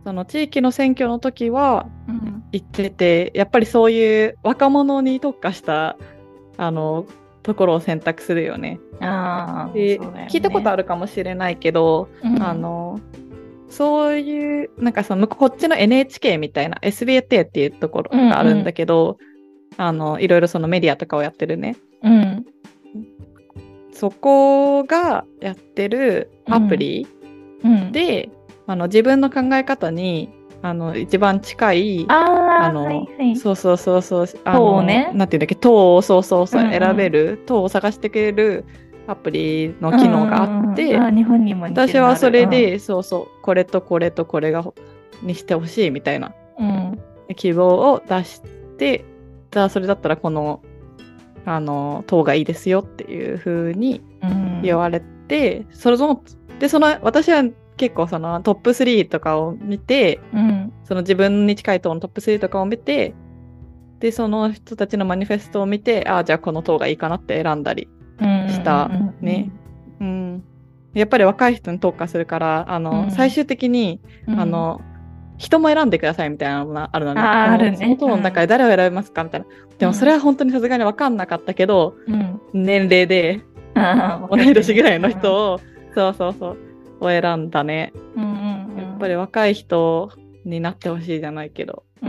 その地域の選挙の時はうん行ってて、やっぱりそういう若者に特化したあのところを選択するよね。 ああ、 で、 そうだよね。 聞いたことあるかもしれないけど、 うんあのそういうなんかそのこっちの エヌエイチケー みたいな エスビーティー っていうところがあるんだけど、うんうん、あのいろいろそのメディアとかをやってるね、 うん、 そこがやってるアプリ、 うんうん、 であの自分の考え方にあの一番近いああの、 はいはい、 そうそうそうそう党をね、 なんていうんだっけ、党をそうそうそう、 うんうん、 選べる党を探してくれるアプリの機能があって、 うんうんうん、あ日本にも似てる私はそれで、 うん、 そうそうこれとこれとこれがにしてほしいみたいな、 うん、 希望を出して、じゃあそれだったらこのあの党がいいですよっていう風に言われて、うん、それぞでその私は結構そのトップスリーとかを見て、 うん、その自分に近い党のトップスリーとかを見て、でその人たちのマニフェストを見て、ああじゃあこの党がいいかなって選んだりしたね。うん、やっぱり若い人に特化するからあの、うん、最終的に、うん、あの人も選んでくださいみたいなのがあるのね。 ああるね。 その党の中で誰を選びますかみたいな。でもそれは本当にさすがに分かんなかったけど、うん、年齢で同い年ぐらいの人を、うん、そうそうそうを選んだね。うんうんうん、やっぱり若い人になってほしいじゃないけど、うん、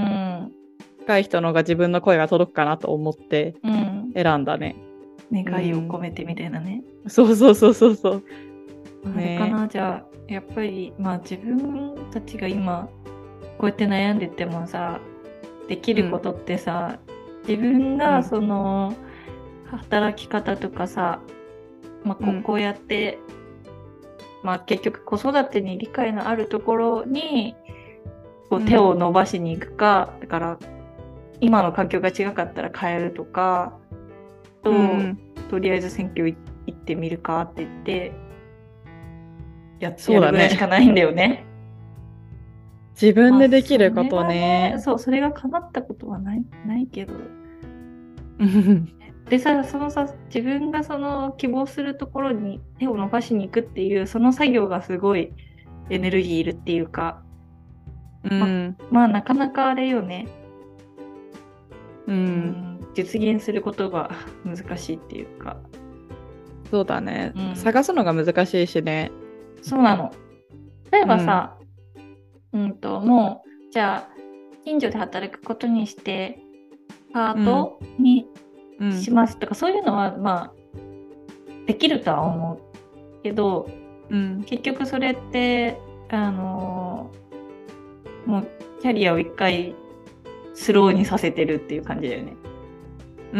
若い人の方が自分の声が届くかなと思って選んだね。 うん、願いを込めてみたいなね。 うん、そうそうそうそうそう。 あれかな、ね、じゃあやっぱりまあ自分たちが今こうやって悩んでてもさ、できることってさ、うん、自分がその、うん、働き方とかさ、まあ、こう、こうやって、うん、まあ結局子育てに理解のあるところにこう手を伸ばしに行くか、うん、だから今の環境が違かったら変えるとかと、うん、とりあえず選挙行ってみるかって言ってやってやるぐらいしかないんだよね。 自分でできることね。 まあ、それがね、そう、それが叶ったことはない、ないけど。でさ、そのさ、自分がその希望するところに手を伸ばしに行くっていう、その作業がすごいエネルギーいるっていうか、 うんま、まあなかなかあれよね。 うん、うん、 実現することが難しいっていうか。 そうだね。うん、探すのが難しいしね。 そうなの。例えばさ、うんうんともうじゃあ近所で働くことにしてパートにしますとか、うん、そういうのはまあできるとは思うけど、うん、結局それってあのー、もうキャリアを一回スローにさせてるっていう感じだよね。 うん、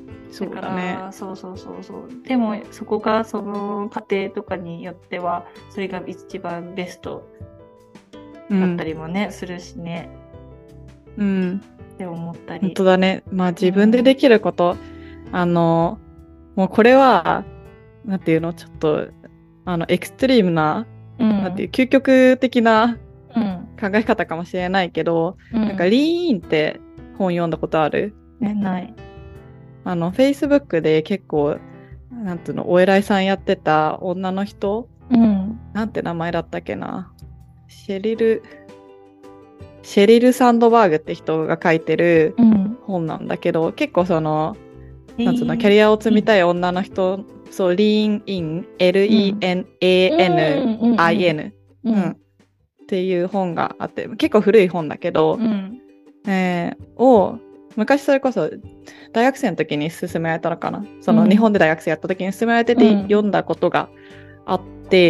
そうだね。 だからそうそうそうそう。でもそこがその家庭とかによってはそれが一番ベストだったりもね、うん、するしね。 うん。 って思ったり。 本当だね。まあ自分でできること、うん、あのもうこれはなんていうのちょっとあのエクストリームな、うん、なんていう究極的な考え方かもしれないけど、うん、なんかリーンって本読んだことある？ ね、ない。 あの Facebook で結構なんていうのお偉いさんやってた女の人、うん、なんて名前だったっけな。シェリルシェリル・サンドバーグって人が書いてる本なんだけど、うん、結構その、なんつうの、キャリアを積みたい女の人、そう、リーン・イン、エル イーエヌ エーエヌ アイエヌ っていう本があって、結構古い本だけど、うんえー、を昔それこそ大学生の時に勧められたのかな、その日本で大学生やった時に勧められてて読んだことがあって、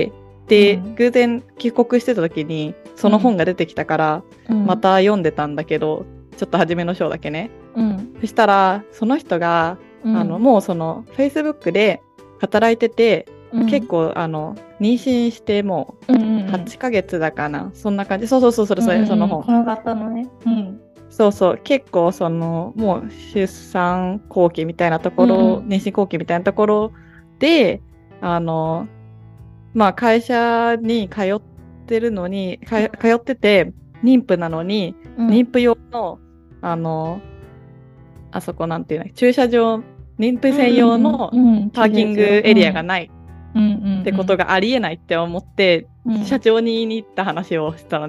うんで、うん、偶然帰国してた時にその本が出てきたから、うん、また読んでたんだけど、ちょっと初めの章だけね、うん、そしたらその人が、うん、あのもうその Facebook で働いてて、うん、結構あの妊娠してもうはちかげつだかな、うんうん、そんな感じ。そうそうそうそれそれ、うんうん、その本この方のね、うん、 そうそう結構そのもう出産後期みたいなところ、うん、妊娠後期みたいなところであのまあ会社に通ってるのに、通ってて、妊婦なのに、うん、妊婦用の、あの、あそこなんていうの、駐車場、妊婦専用のパーキングエリアがないってことがありえないって思って、うん、社長に言いに行った話をしたのね。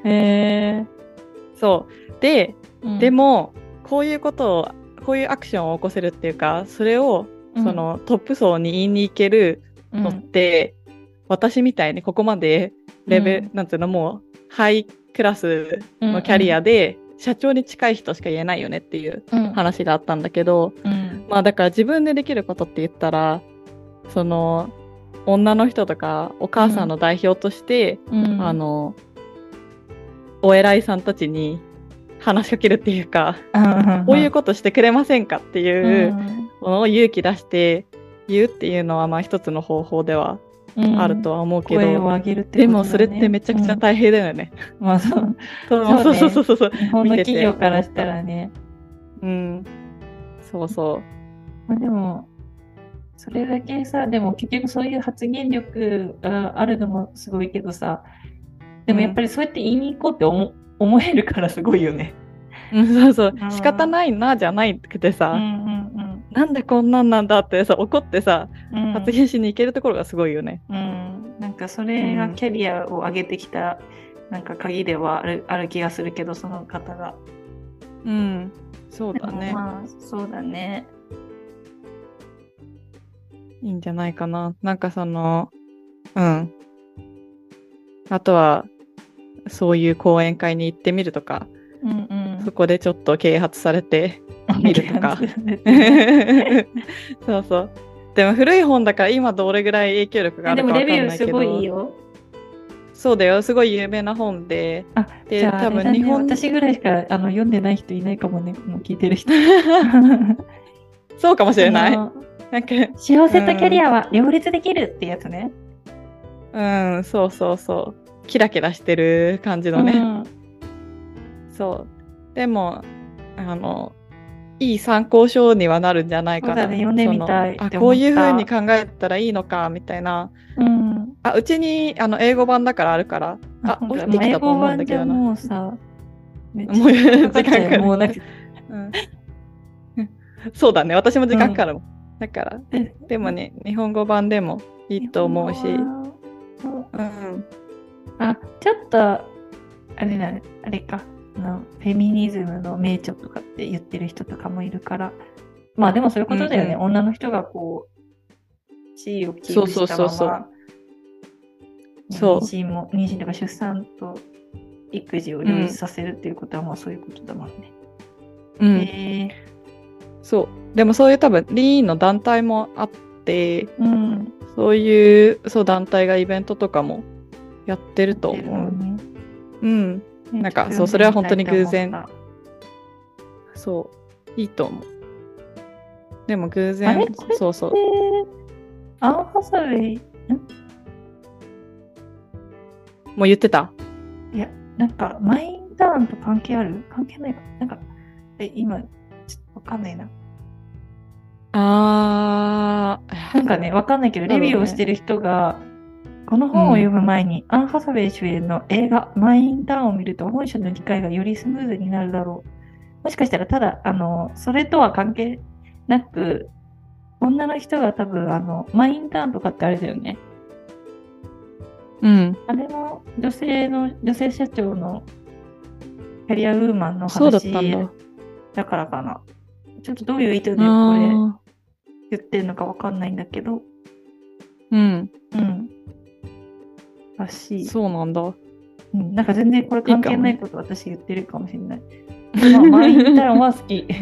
へえ。 そうで、 うんでもこういうことをこういうアクションを起こせるっていうか、それをうんそのトップ層に言いに行けるのっうんて、私みたいにここまでレベル、 うんなんていうの、もうハイクラスうんのキャリアで社長に近い人しか言えないよねっていううん話があったんだけど、 うんまあだから自分でできることって言ったら、その女の人とかお母さんの代表として、 うんあのお偉いさんたちに話しかけるっていうか、 うんこういうことしてくれませんかってういうんものを勇気出して言うっていうのはまあ一つの方法ではうんあるとは思うけど、 声を上げるってことだね。 でもそれってめちゃくちゃ大変だよね。 うんまあそうそうそうねそうそうそうそう。 日本の見てて企業からしたらね。 うん。そうそまあでも、それだけさ、でも結局そういう発言力があるのもすごいけどさ、でもやっぱりそうやって言いに行こうって思思えるからすごいよね。 う。うん、そうそうう。ん仕方ないなじゃないくてうんさ、 うんなんでこんなんなんだってさ、怒ってさ、 うん。うん発言しに行けるところがすごいよね。 うん、なんかそれがキャリアを上げてきたなんか鍵ではある、ある気がするけど、その方が。 うん。そうでもだね。 まあ、そうだね。 いいんじゃないかな。なんかその、うん。あとは、そういう講演会に行ってみるとか、 うんうん。 そこでちょっと啓発されてみるとか。そうそう。でも古い本だから今どれぐらい影響力があでるかもレビューわかんないけど。 すごいいいよ。 そうだよ。すごい有名な本で。 あ、 でじゃああれだね、 多分日本私ぐらいしかあの読んでない人いないかもね、この聞いてる人。 そうかもしれない。 あのなんか、 幸せとキャリアは両立できるってやつね。 うん、そうそうそう。キラキラしてる感じのね。 うんそう。でも、あの、いい参考書にはなるんじゃないかな。 そうだね読んでみたいって思ったそのあ、こういう風に考えたらいいのか、みたいな。 うん。 あ、うちにあの英語版だからあるから、あ、 本当だ置いてきたと思うんだけどな。 もう英語版じゃもうさ、めっちゃもう時間かかる。 もうなんか、 うんそうだね。私も時間かかるもん。だから、 えでもね、日本語版でもいいと思うし。 そううん。 あ、ちょっと、あれだね、あれか、あのフェミニズムの名著とかって言ってる人とかもいるから、まあでもそういうことだよね、 うんうん女の人がこう、地位をキそうープしたまそうそうそうま、 そう妊娠も、妊娠とか出産と育児を両立させるっていうことは、まあそういうことだもんね。 うん。 へえそう。でもそういう多分、リーンの団体もあって、 うん。 そういうそう団体がイベントとかもやってると思う。 ねうん。 ねなんかちょっとそうそれは本当に偶然読んでみたいと思っそう。いいと思う。でも偶あれ然これって、 そうそう。 アン・ハサウェイ、んもう言ってた。 いや、なんか、マインターンと関係ある関係ないかなんか、え、今、ちょっとわかんないな。 あー。 なんかね、わかんないけど、 そうだねレビューをしてる人が、この本を読む前に、アン・ハサウェイ主演の映画、マインターンを見ると、本書の理解がよりスムーズになるだろう。もしかしたら、ただ、あの、それとは関係なく、女の人が多分、あの、マインターンとかってあれだよね。 うん。 あれも女性の、女性社長のキャリアウーマンのそうだった話んだ。 だからかな。ちょっとどういう意図でこれあ言ってるのかわかんないんだけど、 ーうん。 うん。らしい。 そうなんだ。 うん、なんか全然これ関係ないいいこと私言ってるかもしれない。まあ、マインターンは好き。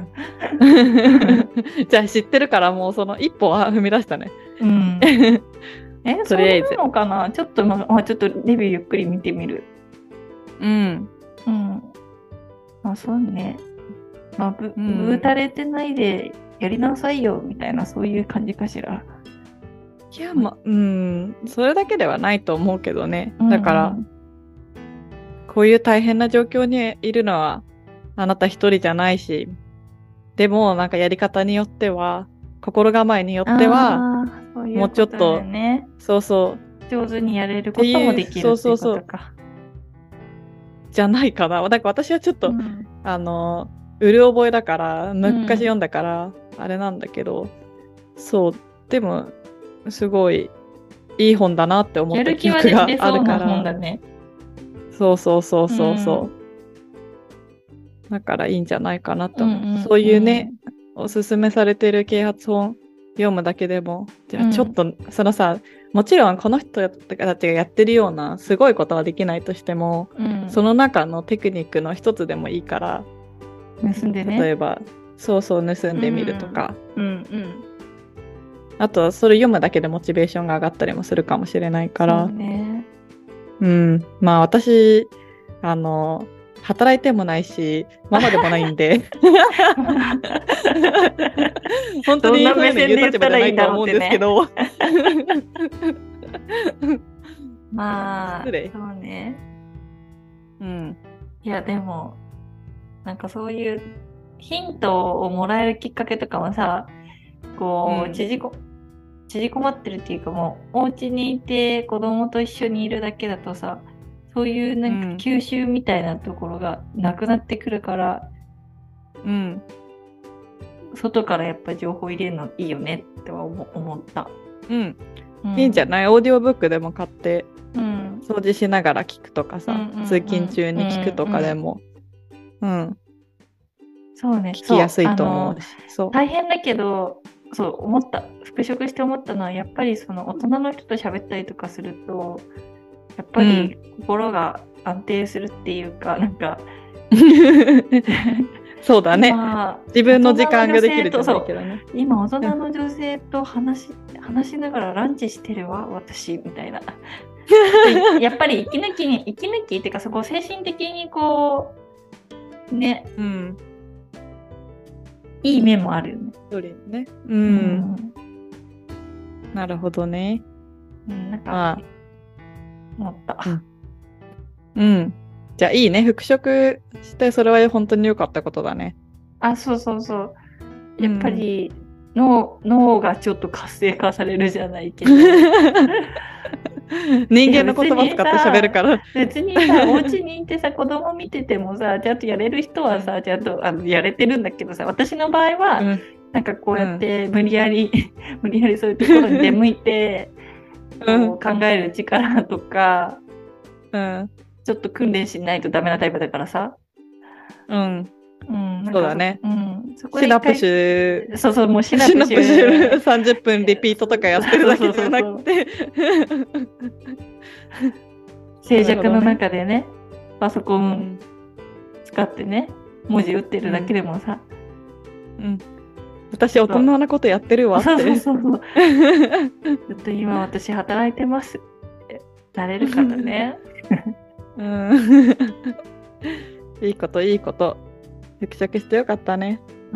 じゃあ知ってるからもうその一歩は踏み出したね。 うん。え、 とりあえずそうなのかなちょっと、まあ、ちょっとレビューゆっくり見てみる。 うん。 うん。まあ、そうね。まあ、ぶ、 うんぶうたれてないでやりなさいよ、みたいな、そういう感じかしら。 いや、ま、うん。それだけではないと思うけどね。だから、こういう大変な状況にいるのはあなた一人じゃないし、でもなんかやり方によっては、心構えによっては、 あーそういうもうちょっとことだよね、 そうそう、 上手にやれることもできるっていうそうそうそうことか。 じゃないかな。なんか私はちょっと、 うんあの、うる覚えだから、昔読んだから、あれなんだけど、そう、でも、すごいいい本だなって思ったやる気は記憶が出あるかそうな本だら、 ね。 そうそうそうそうそう。 うんだからいいんじゃないかなと思う。 うんうんうんそういうね、おすすめされてる啓発本読むだけでも、じゃあちょっと、そのさ、もちろんこの人たちがやってるようなすごいことはできないとしても、 うんその中のテクニックの一つでもいいから、 盗んでね。 例えば、そうそう盗んでみるとか、 うんうん。 あとはそれ読むだけでモチベーションが上がったりもするかもしれないから、 そうね。 うん、まあ私、あの、働いてもないし、ママでもないんで、本当にそういうの言う立場じゃないと思うんですけど、 まあ、 失礼そうね。 うん、 いや、でも、なんかそういうヒントをもらえるきっかけとかもさ、こう、 うん縮こ、縮こまってるっていうかもう、お家にいて子供と一緒にいるだけだとさ、そういうなんか吸収みたいなところがなくなってくるから、 うん、 外からやっぱ情報入れるのいいよねっては思思った。 うん、 うん、 いいんじゃない？オーディオブックでも買って、 うん、 掃除しながら聞くとかさ、 うんうんうん通勤中に聞くとかでも、うん、うん、 そうね、 聞きやすいと思うし、そう。 大変だけど、そう思った。復職して思ったのは、やっぱりその大人の人と喋ったりとかすると、やっぱり心が安定するっていうか、うん、なんか、 そうだね。自分の時間ができるじゃないけどね。 今、大人の女性と話し、話しながらランチしてるわ、私、みたいな。やっぱり息抜きに、息抜きっていうか、そこ精神的にこう、ね、 うん。 いい面もあるよね。 一人ね。うん。うん、なるほどね。 うん、なんか、思った。 うん。うん。じゃあいいね。復職してそれは本当に良かったことだね。 あ、そうそうそう。やっぱり、うん、脳、脳がちょっと活性化されるじゃないけど。 人間の言葉使って喋るから。 別にさ、お家にいてさ、子供見ててもさ、ちゃんとやれる人はさ、ちゃんとあのやれてるんだけどさ、私の場合は、うん、なんかこうやって無理やり、うん、無理やりそういうところに出向いて、うん、こう考える力とか、うん、ちょっと訓練しないとダメなタイプだからさ。 うん。うん、そうだね。 うん、そこシナプシュ、 そうそう、もうシナプシュ。 シナプシュさんじゅっぷんリピートとかやってるだけじゃなくて。 静寂の中でね、パソコン使ってね、文字打ってるだけでもさ。 うん。うん、私、大人なことやってるわって。 そうそうそうそう。ずっと今私働いてますってなれるからね。 うん。いいこと、いいこと。復職してよかったね。 うん、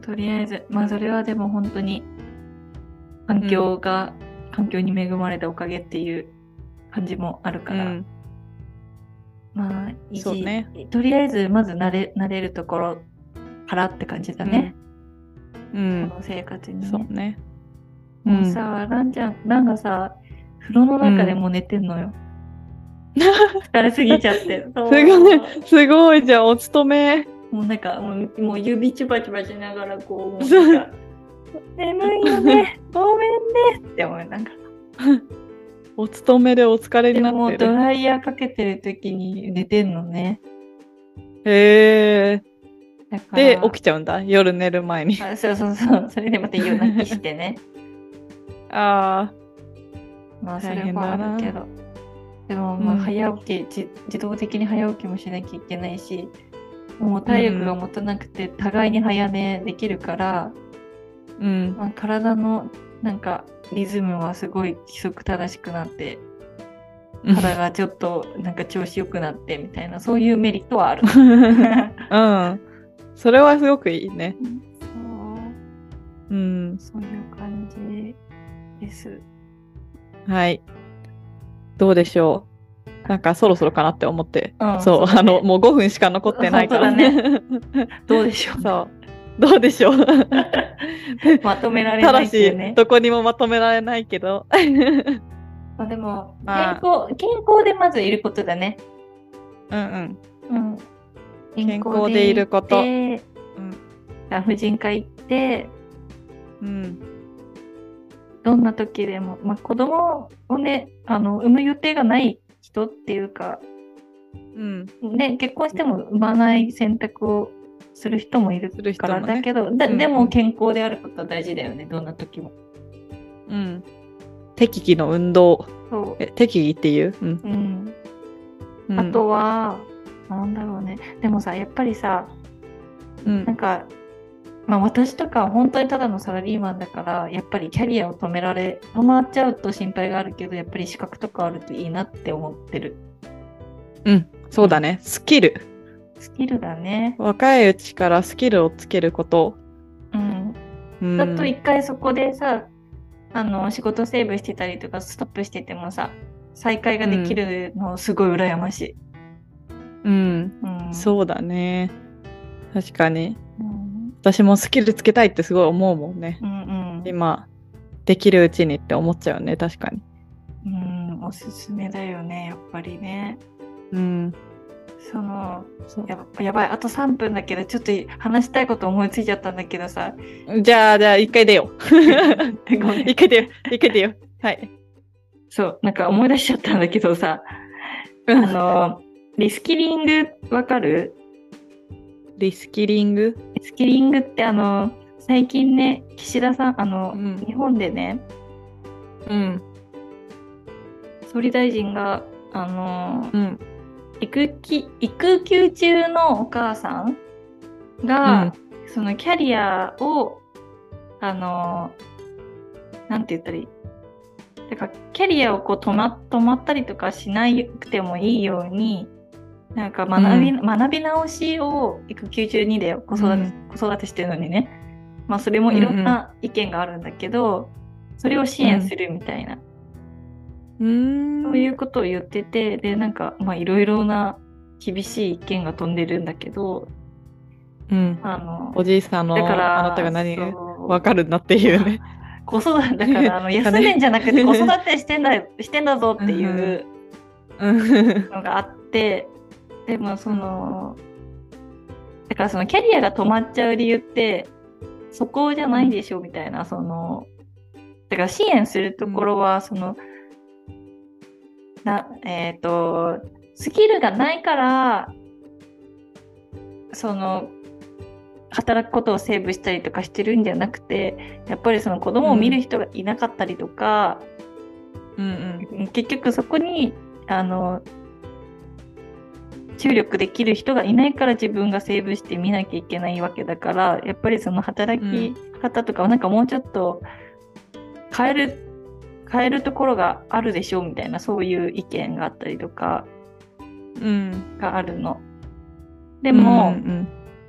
とりあえず、まあそれはでも本当に環境が、うん、環境に恵まれたおかげっていう感じもあるから、うん、まあいいそうね。 とりあえずまず慣れ慣れるところからって感じだね。 うん。 この生活にね。 そうね。 もうさ、ランちゃん、ランがさ、風呂の中でもう寝てんのよ。うん、疲れすぎちゃって。 すごい、すごいじゃん、お勤め。 もうなんかもう、もう指チュパチュパしながらこう、もうなんか眠いよね、ごめんねって思いながら。 お勤めでお疲れになってる。 でもドライヤーかけてる時に寝てんのね。 へえ。で、起きちゃうんだ、夜寝る前に。 あ、そうそうそう。それでまた夜泣きしてね。 ああ。 まあそれはあるけど。でもまあ早起き、うん、自、自動的に早起きもしなきゃいけないし、もう体力が持たなくて互いに早寝できるから、 うんまあ、体のなんかリズムはすごい規則正しくなって、肌がちょっとなんか調子良くなってみたいな、そういうメリットはある。 うん。それはすごくいいね。 そう。 うん。 そういう感じです。 はい。どうでしょう。なんかそろそろかなって思って。うん、そう、そうね、あの、もうごふんしか残ってないからね。どうでしょう。 そう。どうでしょう。 まとめられないっていうね。 ただし、どこにもまとめられないけど。 まあでも、健康、健康でまずいることだね。 うんうん。 うん、 健康でいること。うん、 婦人科行って、 うん。 どんな時でも、まあ、子供をね、あの、産む予定がない人っていうか、 ううんで結婚しても産まない選択をする人もいるからする人もねだけど、だうんうんでも健康であることは大事だよね、どんな時も。 うん適宜の運動そう、 え適宜っていう、うんうん、 うん、 あとはなんだろうね、でもさやっぱりさ、 うんなんか、まあ、私とかは本当にただのサラリーマンだからやっぱりキャリアを止められ止まっちゃうと心配があるけど、やっぱり資格とかあるといいなって思ってる。 うんそうだね、スキルスキルだね。 若いうちからスキルをつけること、 うん。 うん、 だと一回そこでさ、あの仕事セーブしてたりとかストップしててもさ、再開ができるのすごい羨ましい。 うんうん。 そうだね確かに、 うん、 私もスキルつけたいってすごい思うもんね、 うんうん。 今できるうちにって思っちゃうね確かに。 うん、おすすめだよね、やっぱりね。 うんそのそうやばやばい、あとさんぷんだけど、ちょっと話したいこと思いついちゃったんだけどさ。 じゃあじゃあ一回出ようごめん一回出よう一回出ようはいそう、なんか思い出しちゃったんだけどさ、あの、リスキリングわかる？ リスキリングリスキリングってあの、最近ね、岸田さん、あの、 うん日本でね、 うん総理大臣が、あの、 うん育休、育休中のお母さんが、そのキャリアを、あの、なんて言ったらいい？だからキャリアをこう止ま、止まったりとかしなくてもいいように、なんか学び、 うん学び直しを育休中にで子育て、 うん子育てしてるのにね。まあそれもいろんな意見があるんだけど、それを支援するみたいな、 うーんそういうことを言ってて、で、なんかまあいろいろな厳しい意見が飛んでるんだけど、 うんあの、 おじいさんのだからあなたが何そうわかるんだっていうね子育てだからあの休んでんじゃなくて子育てしてんだしてんだぞっていううんのがあって、でもそのだからそのキャリアが止まっちゃう理由ってそこじゃないでしょみたいな、そのだから支援するところはその、なえっとスキルがないからその働くことをセーブしたりとかしてるんじゃなくて、やっぱりその子供を見る人がいなかったりとか、 うんうん結局そこにあの注力できる人がいないから自分がセーブして見なきゃいけないわけだから、やっぱりその働き方とかをなんかもうちょっと変える変えるところがあるでしょうみたいな、そういう意見があったりとかうんがあるの。でも、 うんうん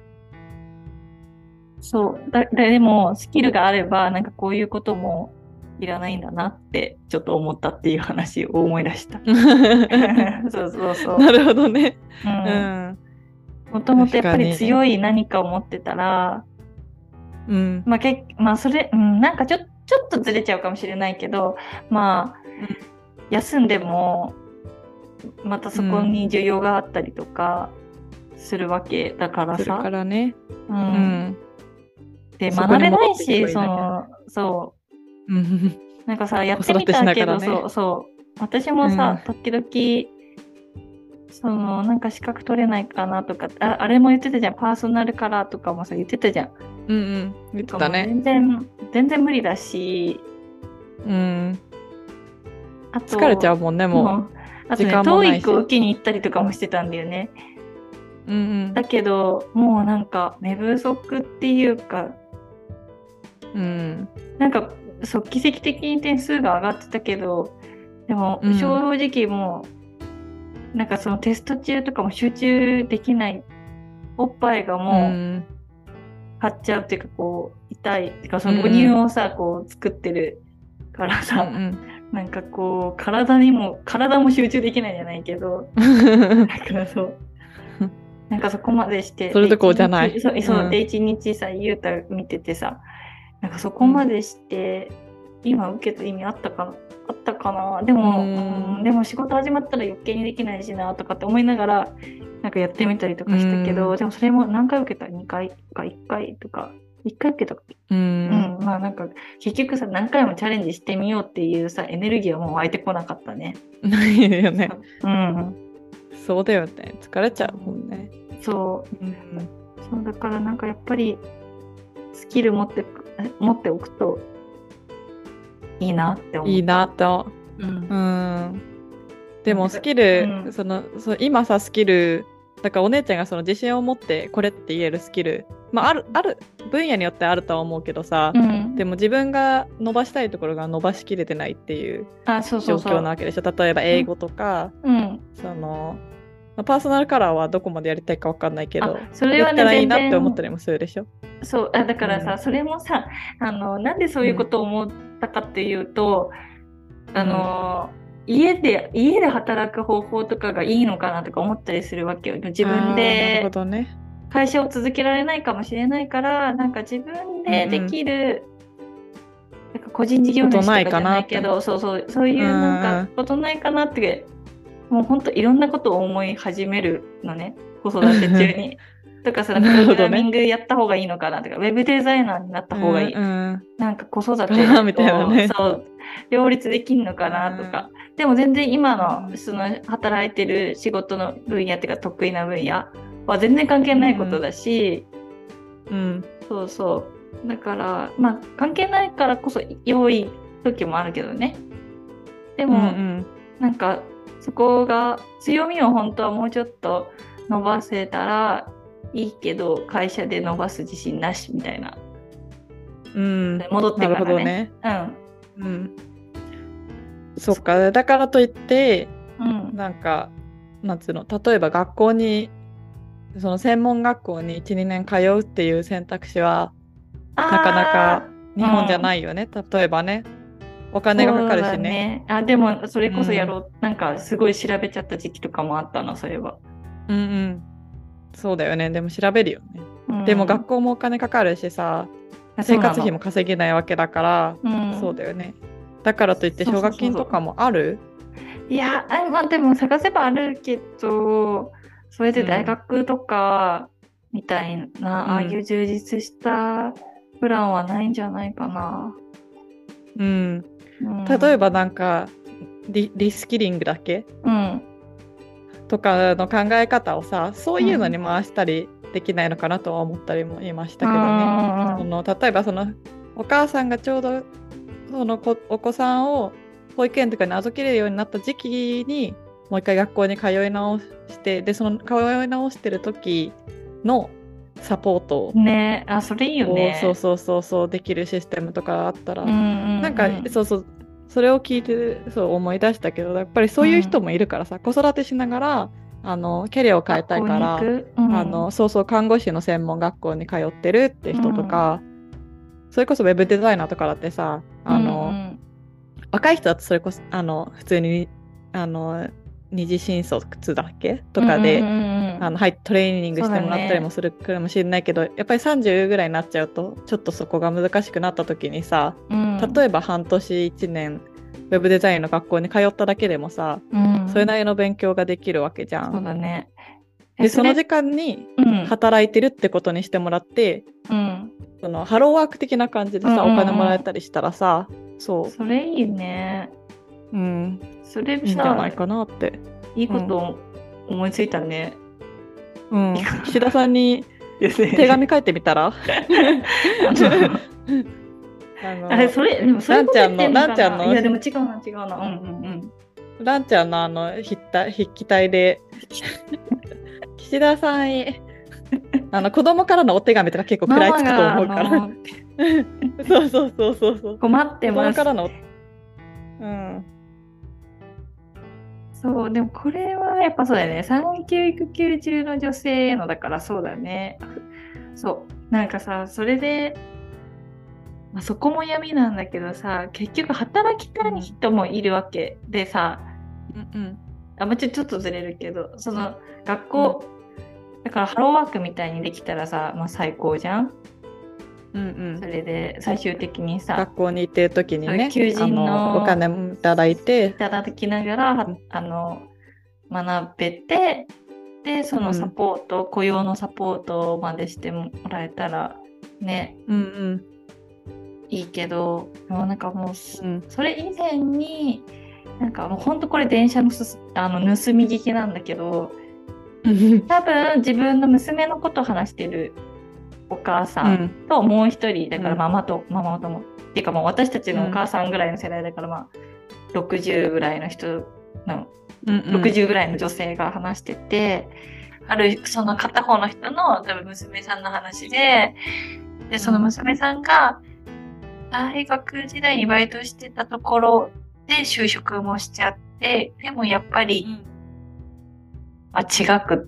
そうだでもスキルがあればなんかこういうこともいらないんだなってちょっと思ったっていう話を思い出した。そうそうそう。 なるほどね。 う。 うんん。 もともとやっぱり確かに強い何かを持ってたら、 うん。 まあけまあそれ、うん、なんかちょちょっとずれちゃうかもしれないけど、まあ、 うん休んでもまたそこに需要があったりとかするわけだからするさ。 からね。 う。 うんん。 でそこ学べないに戻っていけし、 ばいいだけそのそううん。 なんかさやってみたけど、 子育てしながらねそうそう私もさ、 うん時々そのなんか資格取れないかなとか、あ、あれも言ってたじゃん、パーソナルカラーとかもさ言ってたじゃん。 うんうん。言ってたね。 全然全然無理だし、 うん。 あと疲れちゃうもんね、ももうあとね、 時間もないしトーイック を受けに行ったりとかもしてたんだよね。 う。うんだけどもうなんか寝不足っていうか、 うん。うん。 なんかそう奇跡的に点数が上がってたけど、でもうん正直もう、なんかそのテスト中とかも集中できない、おっぱいがう。 もうん張っちゃうっていうかこう痛いっていうか、その母乳をさ、こう作ってるからさ、 うんなんかこう体にも体も集中できないじゃないけど、 うん。 だからそうなんかそこまでしてそれどころじゃないで一日そうそううんで一日さゆうた見ててさ、なんかそこまでして、今受けた意味あったかなあったかな、でも、 うんうんでも仕事始まったら余計にできないしなとかって思いながらなんかやってみたりとかしたけど、 うんでもそれも何回受けたにかいとかいっかいとかいっかい受けたか、 ううんん。 まあなんか結局さ何回もチャレンジしてみようっていうさエネルギーはもう湧いてこなかったね。 ないよね。 うんそうだよね。疲れちゃうもんね。 そう、 うん、 そうだからなんかやっぱりスキル持って持っておくといいなって思う。 いいなと。 うん。 うん。でもスキル、 うん、 そのそ今さスキルだからお姉ちゃんがその自信を持ってこれって言えるスキル、まああるある分野によってあるとは思うけどさ、 うん、 でも自分が伸ばしたいところが伸ばしきれてないっていうあ、そうそ状うそう。 況なわけでしょ。例えば英語とか、 うん。 そのまあパーソナルカラーはどこまでやりたいかわかんないけど、 あ、それはね、 やったらいいなっ全然て思ったりもするでしょ。 そう、あ、だからさ、 うんそれもさ、あの、なんでそういうことを思ったかっていうと、あの、家で、家で働く方法とかがいいのかなとか思ったりするわけよ。自分あーなるほでどね。 会社を続けられないかもしれないから、なんか自分でできる、なんか個人事業主とかじゃないけど、そうそう、そういうなんかことないかなって、もう本当いろんなことを思い始めるのね、子育て中に。とかさ、なんかプログラミングやった方がいいのかなとか、ウェブデザイナーになった方がいい。 うんうん、 なんか子育てみたいなと、 ね。 そう、両立できんのかなとか。でも全然今の、その働いてる仕事の分野っていうか得意な分野は全然関係ないことだし、 うん、 そうそう。だから、まあ関係ないからこそ良い時もあるけどね。でも、 うんうん、 なんかそこが強みを本当はもうちょっと伸ばせたらいいけど、会社で伸ばす自信なしみたいな。 うん、 戻ってからね。 なるほどね。 うん。 うん。そっか、だからといって、 うん、 なんか、なんつうの、例えば学校に、その専門学校にいち、にねん通うっていう選択肢は、なかなか日本じゃないよね。うん、例えばね、お金がかかるしね。 ね。あ、でもそれこそやろう、うん、なんかすごい調べちゃった時期とかもあったな、そういえば。 うんうん。そうだよね。でも調べるよね。 うん、 でも学校もお金かかるしさ、生活費も稼げないわけだから、 うん、 そうだよね。だからといって奨学金とかもある？ いや、あ、まあ、でも探せばあるけど、それで大学とかみたいな、うん、ああいう充実したプランはないんじゃないかな。 うん。うん、例えばなんかリ、リスキリングだっけ？ うん。 とかの考え方をさ、そういうのに回したりできないのかなとは思ったりもいましたけどね。その例えばそのお母さんがちょうどその子お子さんを保育園とかに預けれるようになった時期にもう一回学校に通い直してでその通い直してる時のサポートをね、あ、それいいよね。 そうそうそうそうできるシステムとかあったら、 うんうんうん、 なんかそうそうそれを聞いてそう思い出したけどやっぱりそういう人もいるからさ、うん、子育てしながらあのキャリアを変えたいから、うん、あのそうそう看護師の専門学校に通ってるって人とか、うん、それこそウェブデザイナーとかだってさあの、うんうん、若い人だとそれこそあの普通にあの二次新卒だっけとかで、うんうんうん、あのはいトレーニングしてもらったりもするかもしれないけど、ね、やっぱりさんじゅうぐらいになっちゃうとちょっとそこが難しくなった時にさ、うん、例えば半年いちねんウェブデザインの学校に通っただけでもさ、うん、それなりの勉強ができるわけじゃん。 そうだね。 でその時間に働いてるってことにしてもらって、うん、そのハローワーク的な感じでさ、うんうんうん、お金もらえたりしたらさ、そうそれいいね。 うん、 それさいいんじゃないかなって。 いいこと思いついたね。 うん、岸田さんに手紙書いてみたらあのあれそれでもそれランちゃんのランちゃんのいやでも違うな違うなうんうんうんランちゃんのあの筆体筆記体で岸田さんへあの子供からのお手紙とか結構食らいつくと思うからそうそうそうそうそう困ってます。 子供からのうんそうでもこれはやっぱそうだよね。産休育休中の女性へのだからそうだよね。そうなんかさそれで、まあ、そこも闇なんだけどさ結局働きたい人もいるわけでさ、うんうん、あまあ、ちょっとずれるけどその学校、うん、だからハローワークみたいにできたらさ、まあ、最高じゃん。うんうん、それで最終的にさ学校に行ってる時にね求人 の, のお金もいただいていただきながら、うん、あの学べてでそのサポート、うん、雇用のサポートまでしてもらえたらね、うんうん、いいけどもうなんかもう、うん、それ以前になんかもうほんとこれ電車のすあの盗み聞きなんだけど、多分自分の娘のことを話してるお母さんともう一人、だからママと、うん、ママ友っていうかもう私たちのお母さんぐらいの世代だから、まあろくじゅうぐらいの人の、うんうん、ろくじゅうぐらいの女性が話してて、あるその片方の人の多分娘さんの話で、でその娘さんが大学時代にバイトしてたところで就職もしちゃって、でもやっぱり、うん、まあ、違くって、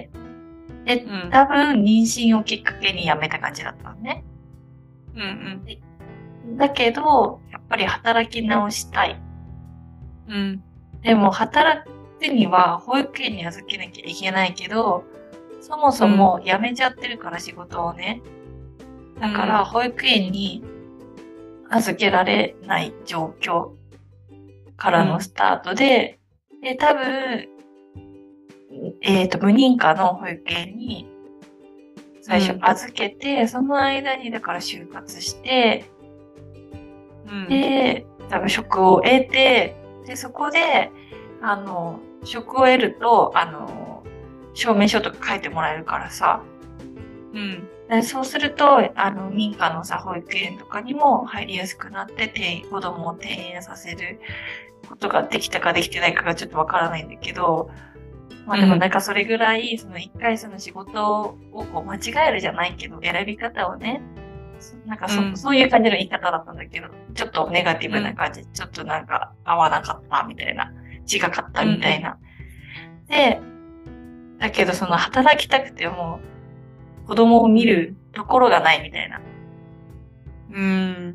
で、うん、多分妊娠をきっかけに辞めた感じだったのね。うんうん。だけど、やっぱり働き直したい。うん。でも働くには保育園に預けなきゃいけないけど、そもそも辞めちゃってるから仕事をね。だから保育園に預けられない状況からのスタートで、うん、で、多分、えっと、無認可の保育園に最初預けて、うん、その間にだから就活して、うん、で、多分職を得て、で、そこで、あの、職を得ると、あの、証明書とか書いてもらえるからさ、うん。でそうすると、あの、民家のさ、保育園とかにも入りやすくなって、転子供を転園させることができたかできてないかがちょっとわからないんだけど、まあでもなんかそれぐらい、その一回その仕事をこう間違えるじゃないけど、選び方をね、なんかそ、うん、そういう感じの言い方だったんだけど、ちょっとネガティブな感じ、うん、ちょっとなんか合わなかったみたいな、違かったみたいな。うん、で、だけどその働きたくても子供を見るところがないみたいな。うん、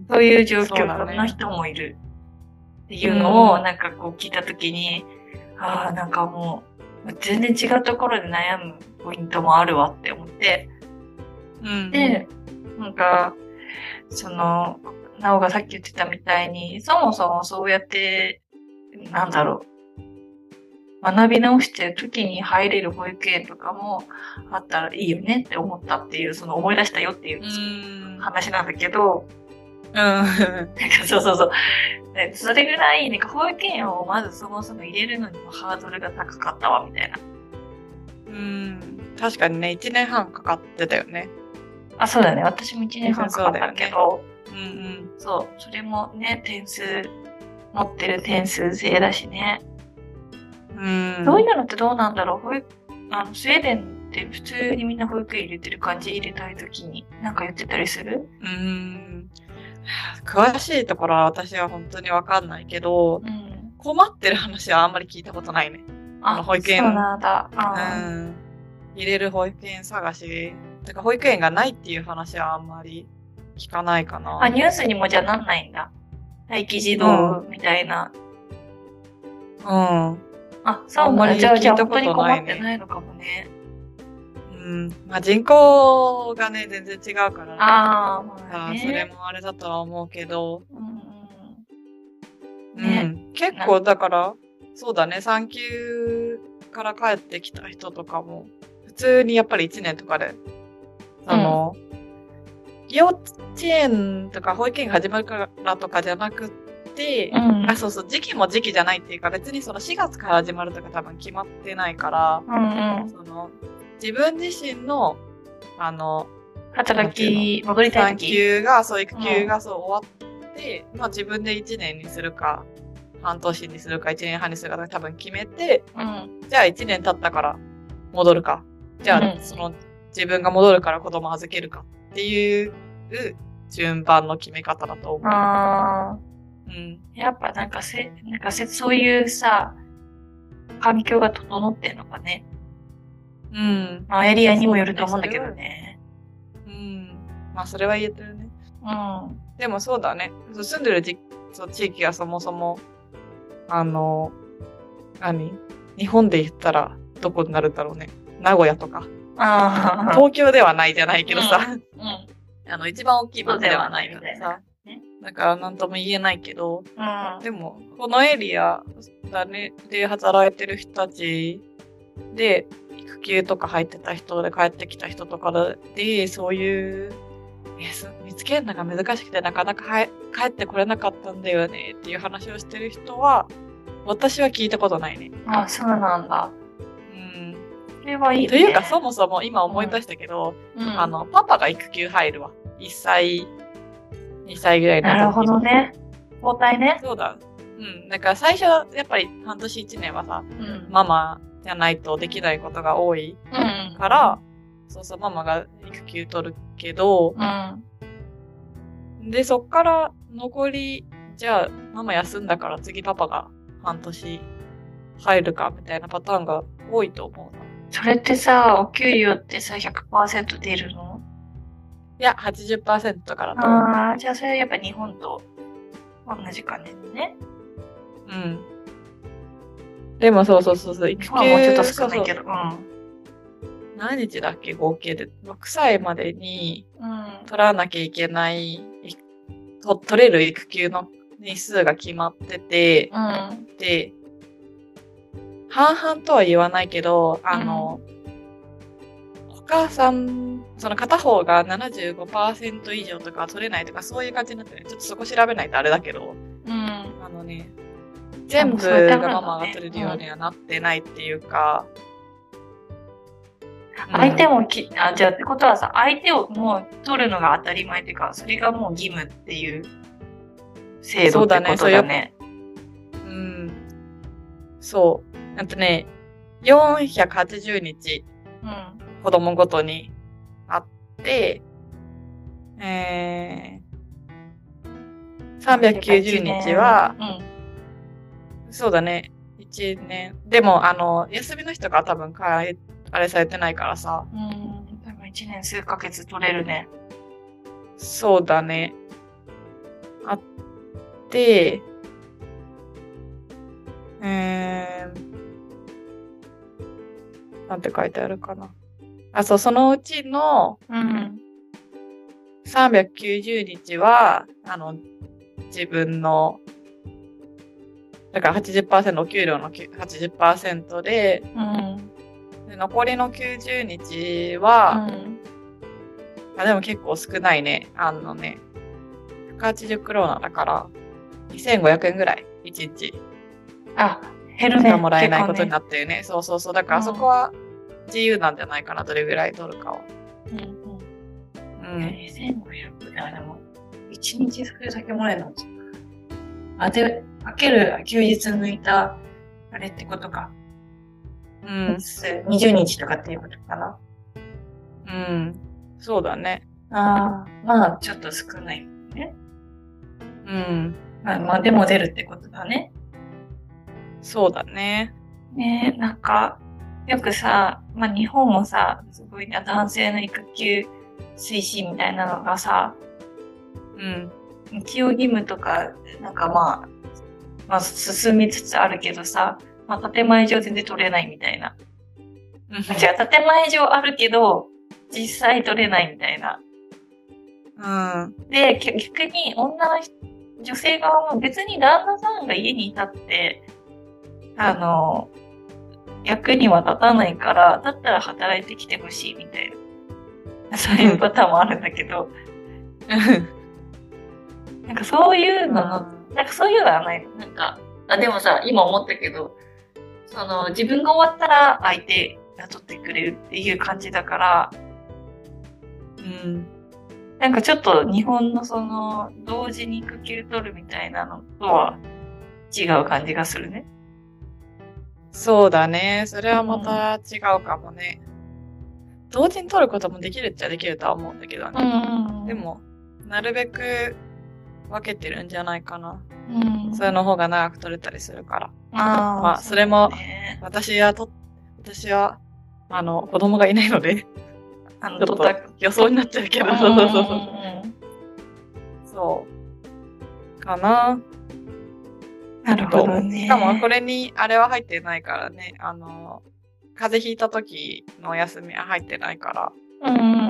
そういう状況の人もいるっていうのをなんかこう聞いたときに、うん、ああ、なんかもう全然違うところで悩むポイントもあるわって思って、うん、で、なんか、その、なおがさっき言ってたみたいに、そもそもそうやって、なんだろう、学び直してる時に入れる保育園とかもあったらいいよねって思ったっていう、その思い出したよっていう話なんだけど、うん。なんかそうそうそう。それぐらい、なんか保育園をまずそもそも入れるのにもハードルが高かったわ、みたいな。 うん。確かにね、いちねんはんかかってたよね。 あ、そうだね。私もいちねんはんかかったけど、うんうん。そう。それもね、点数、持ってる点数制だしね。うん。そういうのってどうなんだろう。保育、あの、スウェーデンって普通にみんな保育園入れてる感じ、入れたいときになんか言ってたりする？ うん。詳しいところは私は本当にわかんないけど、うん、困ってる話はあんまり聞いたことないね。 あの保育園。そうなんだ。 うん。入れる保育園探し。てか保育園がないっていう話はあんまり聞かないかな。 あ、ニュースにもじゃなんないんだ。待機児童みたいな。うん。あ、そうなんだ。じゃあ、じゃあ本当に困ってないのかもね。 うん。まあ人口がね、全然違うからね。 ああ、まあ、ね、 それもあれだとは思うけど。うん。ね、うん。結構だから、そうだね、産休から帰ってきた人とかも、普通にやっぱりいちねんとかで、あの、うん、幼稚園とか保育園が始まるからとかじゃなくて、うん、あ、そうそう、時期も時期じゃないっていうか、別にそのしがつから始まるとか多分決まってないから、うんうん、その自分自身の、あの、 働き、戻りたい時。産休が、そう、育休がそう終わって、うん、まあ自分でいちねんにするか、半年にするか、いちねんはんにするか多分決めて、うん、じゃあいちねん経ったから戻るか。じゃあ、その、自分が戻るから子供預けるかっていう順番の決め方だと思う。 あうん。やっぱなんかせ、なんかせ、そういうさ、環境が整ってんのかね。うん。まあエリアにもよると思うんだけどね。 うん。まあそれは言えてるね。うん。でもそうだね。住んでるじそう地域がそもそも、あの、何日本で言ったらどこになるんだろうね。名古屋とか。あ東京ではないじゃないけどさ、うんうん、あの一番大きい街ではないからさ、だから何とも言えないけど、うん、でもこのエリアだねで働いてる人たちで育休とか入ってた人で帰ってきた人とかでそういう見つけるのが難しくてなかなか帰ってこれなかったんだよねっていう話をしてる人は私は聞いたことないね。 あ、そうなんだ。 うん。 それはいいね。 というか、そもそも今思い出したけど、 うん、 あの、パパが育休入るわ。いっさい、にさいぐらいの時。 なるほどね。交代ね。 そうだ。うん。だから最初、やっぱり半年いちねんはさ、 うん、 ママじゃないとできないことが多いうん、 から、そうそう、ママが育休取るけど、 うん、 で、そっから残り、じゃあ、ママ休んだから次パパが半年入るか、みたいなパターンが多いと思うな。 それってさ、お給料ってさ、ひゃくパーセント出るの？ いや、はちじゅっパーセントからと思う。 ああ、じゃあそれはやっぱ日本と同じ感じだね。 うん。でもそうそうそうそう、育休まあもうちょっと少ないけど。 そうそう何日だっけ合計で。ろくさいまでにうん。うん。 取らなきゃいけない、と取れる育休の日数が決まってて、 うん。 で、半々とは言わないけど、あの、お母さん、その片方が ななじゅうごパーセント 以上とか取れないとかそういう感じになってね、ちょっとそこ調べないとあれだけど、 うん。 あのね、全部がママが取れるようにはなってないっていうか、 相手もき、あ、じゃあってことはさ、相手をもう取るのが当たり前っていうか、それがもう義務っていう制度ってことだね。 うん。そう。あとね、よんひゃくはちじゅうにち、 うん。 子供ごとにあって、えー、さんびゃくきゅうじゅうにちは、 うん、 そうだね、いちねん。でも、あの、休みの日とか多分かえ、あれされてないからさ。 うん。多分いちねん数ヶ月取れるね。 そうだね。あって、えー、なんて書いてあるかな。あ、そう、そのうちの、 うん。 さんびゃくきゅうじゅうにちは、あの、自分の、だから はちじゅっパーセント、お給料の はちじゅっパーセント で、 うん。 で残りのきゅうじゅうにちは、 うん、 あ、でも結構少ないね。あのね、ひゃくはちじゅうクローナだから、にせんごひゃくえんぐらい、いちにち。 あ、減るね。 しかもらえないことになってるね。そうそうそう。だからそこは自由なんじゃないかな、どれぐらい取るかは。 うんうん。 うん。 にせんごひゃくだ、でも、いちにちそれだけもらえるの？あ、で、かける休日抜いた、あれってことか。 うん。 にじゅうにちとかっていうことかな。 うん。そうだね。 ああ、まあ、ちょっと少ないね。 うん。 まあ、まあ、でも出るってことだね。 そうだね。 ねえ、なんか、よくさ、まあ日本もさ、すごいな、男性の育休推進みたいなのがさ、 うん。 一応義務とか、なんかまあ、まあ進みつつあるけどさ、まあ建前上全然取れないみたいな。違う、建前上あるけど、実際取れないみたいな。 うん。 で、逆に女の人、女性側も別に旦那さんが家にいたって、あの、役には立たないから、だったら働いてきてほしいみたいな。そういうパターンもあるんだけど。なんかそういうのの、なんかそういうのはない。なんか、あ、でもさ、今思ったけど、その、自分が終わったら相手雇ってくれるっていう感じだから、 うん。 なんかちょっと日本のその、同時に育休取るみたいなのとは違う感じがするね。 そうだね。それはまた違うかもね。うん、同時に取ることもできるっちゃできるとは思うんだけどね。 うん、 でも、なるべく分けてるんじゃないかな。 うん、 それの方が長く取れたりするから。 あまあ、それも、私はと、私は、あの、子供がいないので、あの、ちょっと予想になっちゃうけど、そうそうそうそう。そう。かな。 なるほどね。 しかもこれにあれは入ってないからね。あの、風邪ひいた時の休みは入ってないから。 うんうんうん。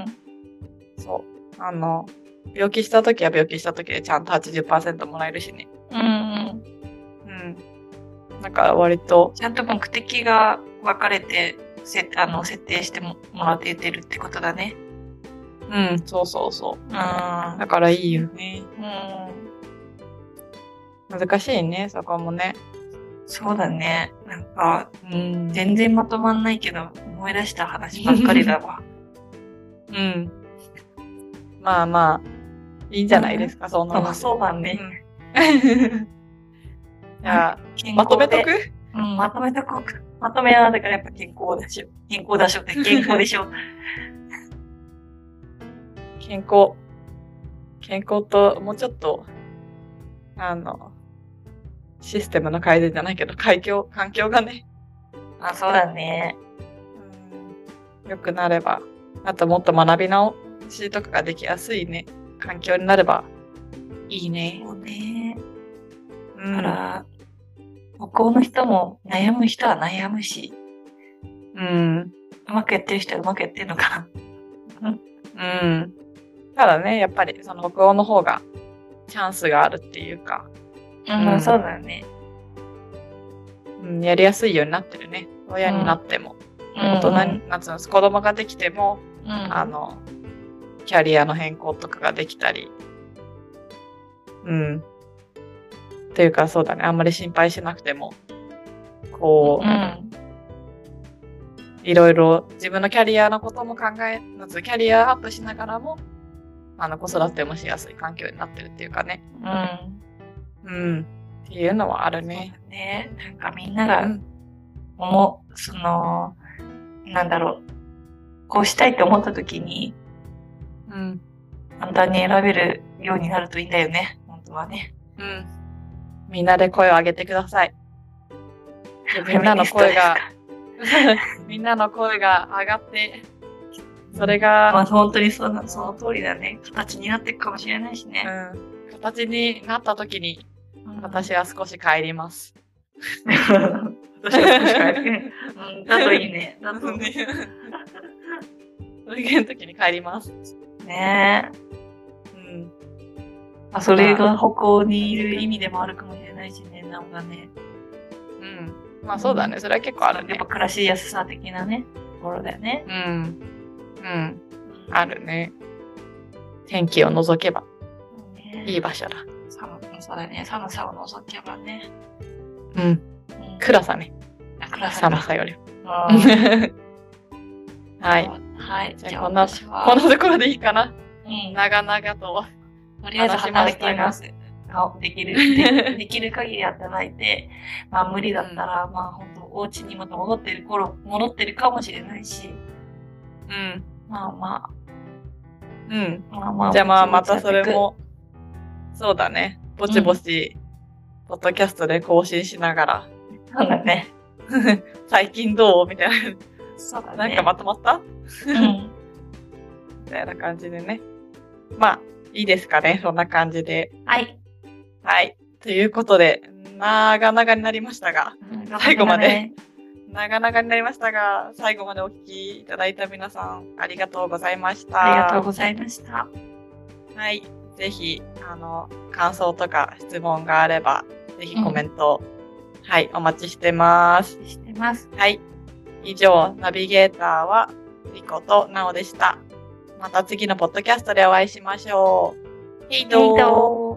そう。あの、病気した時は病気した時でちゃんと はちじゅっパーセント もらえるしね。 うんうん。 うん。だから割と。 ちゃんと目的が分かれて、せあの、設定してもらっててるってことだね。 うん、そうそうそう。 うん。 だからいいよね。 うん。 難しいね、そこもね。 そうだね。なんか、 うん。 全然まとまんないけど、思い出した話ばっかりだわ。 うん。まあまあ、いいんじゃないですか、そんなもん。 そうだね。 うん、じゃあ、まとめとく？ うん、まとめとこうか。まとめは、だからやっぱ健康でしょ。健康だしょって健康でしょ。 健康。健康と、もうちょっと、あの、システムの改善じゃないけど、環境、環境がね。 あ、そうだね。 うん、良くなれば、あともっと学び直しとかができやすいね、環境になればいいね。 そうね。 うん、 だから、北欧の人も悩む人は悩むし、 うん。 うまくやってる人はうまくやってるのかな。 うん。ただね、やっぱりその北欧の方がチャンスがあるっていうか。 うん、うん、そうだよね。 うん、やりやすいようになってるね。親になっても。うん、大人になってます。子供ができても、うん、あの、キャリアの変更とかができたり。うん。っていうかそうだね。あんまり心配しなくても、こう、うん、いろいろ自分のキャリアのことも考え、まずキャリアアップしながらも、あの、子育てもしやすい環境になってるっていうかね。うん。うん。っていうのはあるね。 そうだね。なんかみんなが、思う、その、なんだろう。こうしたいと思った時に、うん。簡単に選べるようになるといいんだよね。本当はね。 うん。みんなで声を上げてください。みんなの声が、みんなの声が上がって、それが、 まあ本当にそうな、その通りだね。形になっていくかもしれないしね。 うん。形になった時に、うん、私は少し帰ります。 私は少し帰る。うん、だといいね。だとね。 それの時に帰ります。 ねえ。うん。あ、それが北欧にいる意味でもあるかもしれないしね、なんかね。 うん。まあそうだね。それは結構あるね。 やっぱ暮らしやすさ的なね、ところだよね。 うん。うん。あるね。天気を除けば、ね、いい場所だ。 寒そうだね。寒さを除けばね。 うん。暗さね。 暗さ。 寒さより。はい。 はい。 じゃあこんな、こんなところでいいかな。うん。長々と。 とりあえず働きます。できる、で, できる限り働いて、まあ無理だったら、うん、まあ本当お家にまた戻ってる頃、戻ってるかもしれないし。 うん。 まあまあ。 うん。まあまあ。じゃあまあまたそれも、そうだね。ぼちぼち、うん、ポッドキャストで更新しながら。 そうだね。 最近どうみたいな。 そうだね。 なんかまとまった？うん。みたいな感じでね。まあ、いいですかね。そんな感じで。 はい。 はい。ということで、長々になりましたが、最後まで、長々になりましたが、最後までお聞きいただいた皆さん、ありがとうございました。 ありがとうございました。 はい。ぜひ、あの、感想とか質問があれば、ぜひコメント、うん、はい、お待ちしてます。 してます。 はい。以上、ナビゲーターは、リコとナオでした。また次のポッドキャストでお会いしましょう。ヘイトー。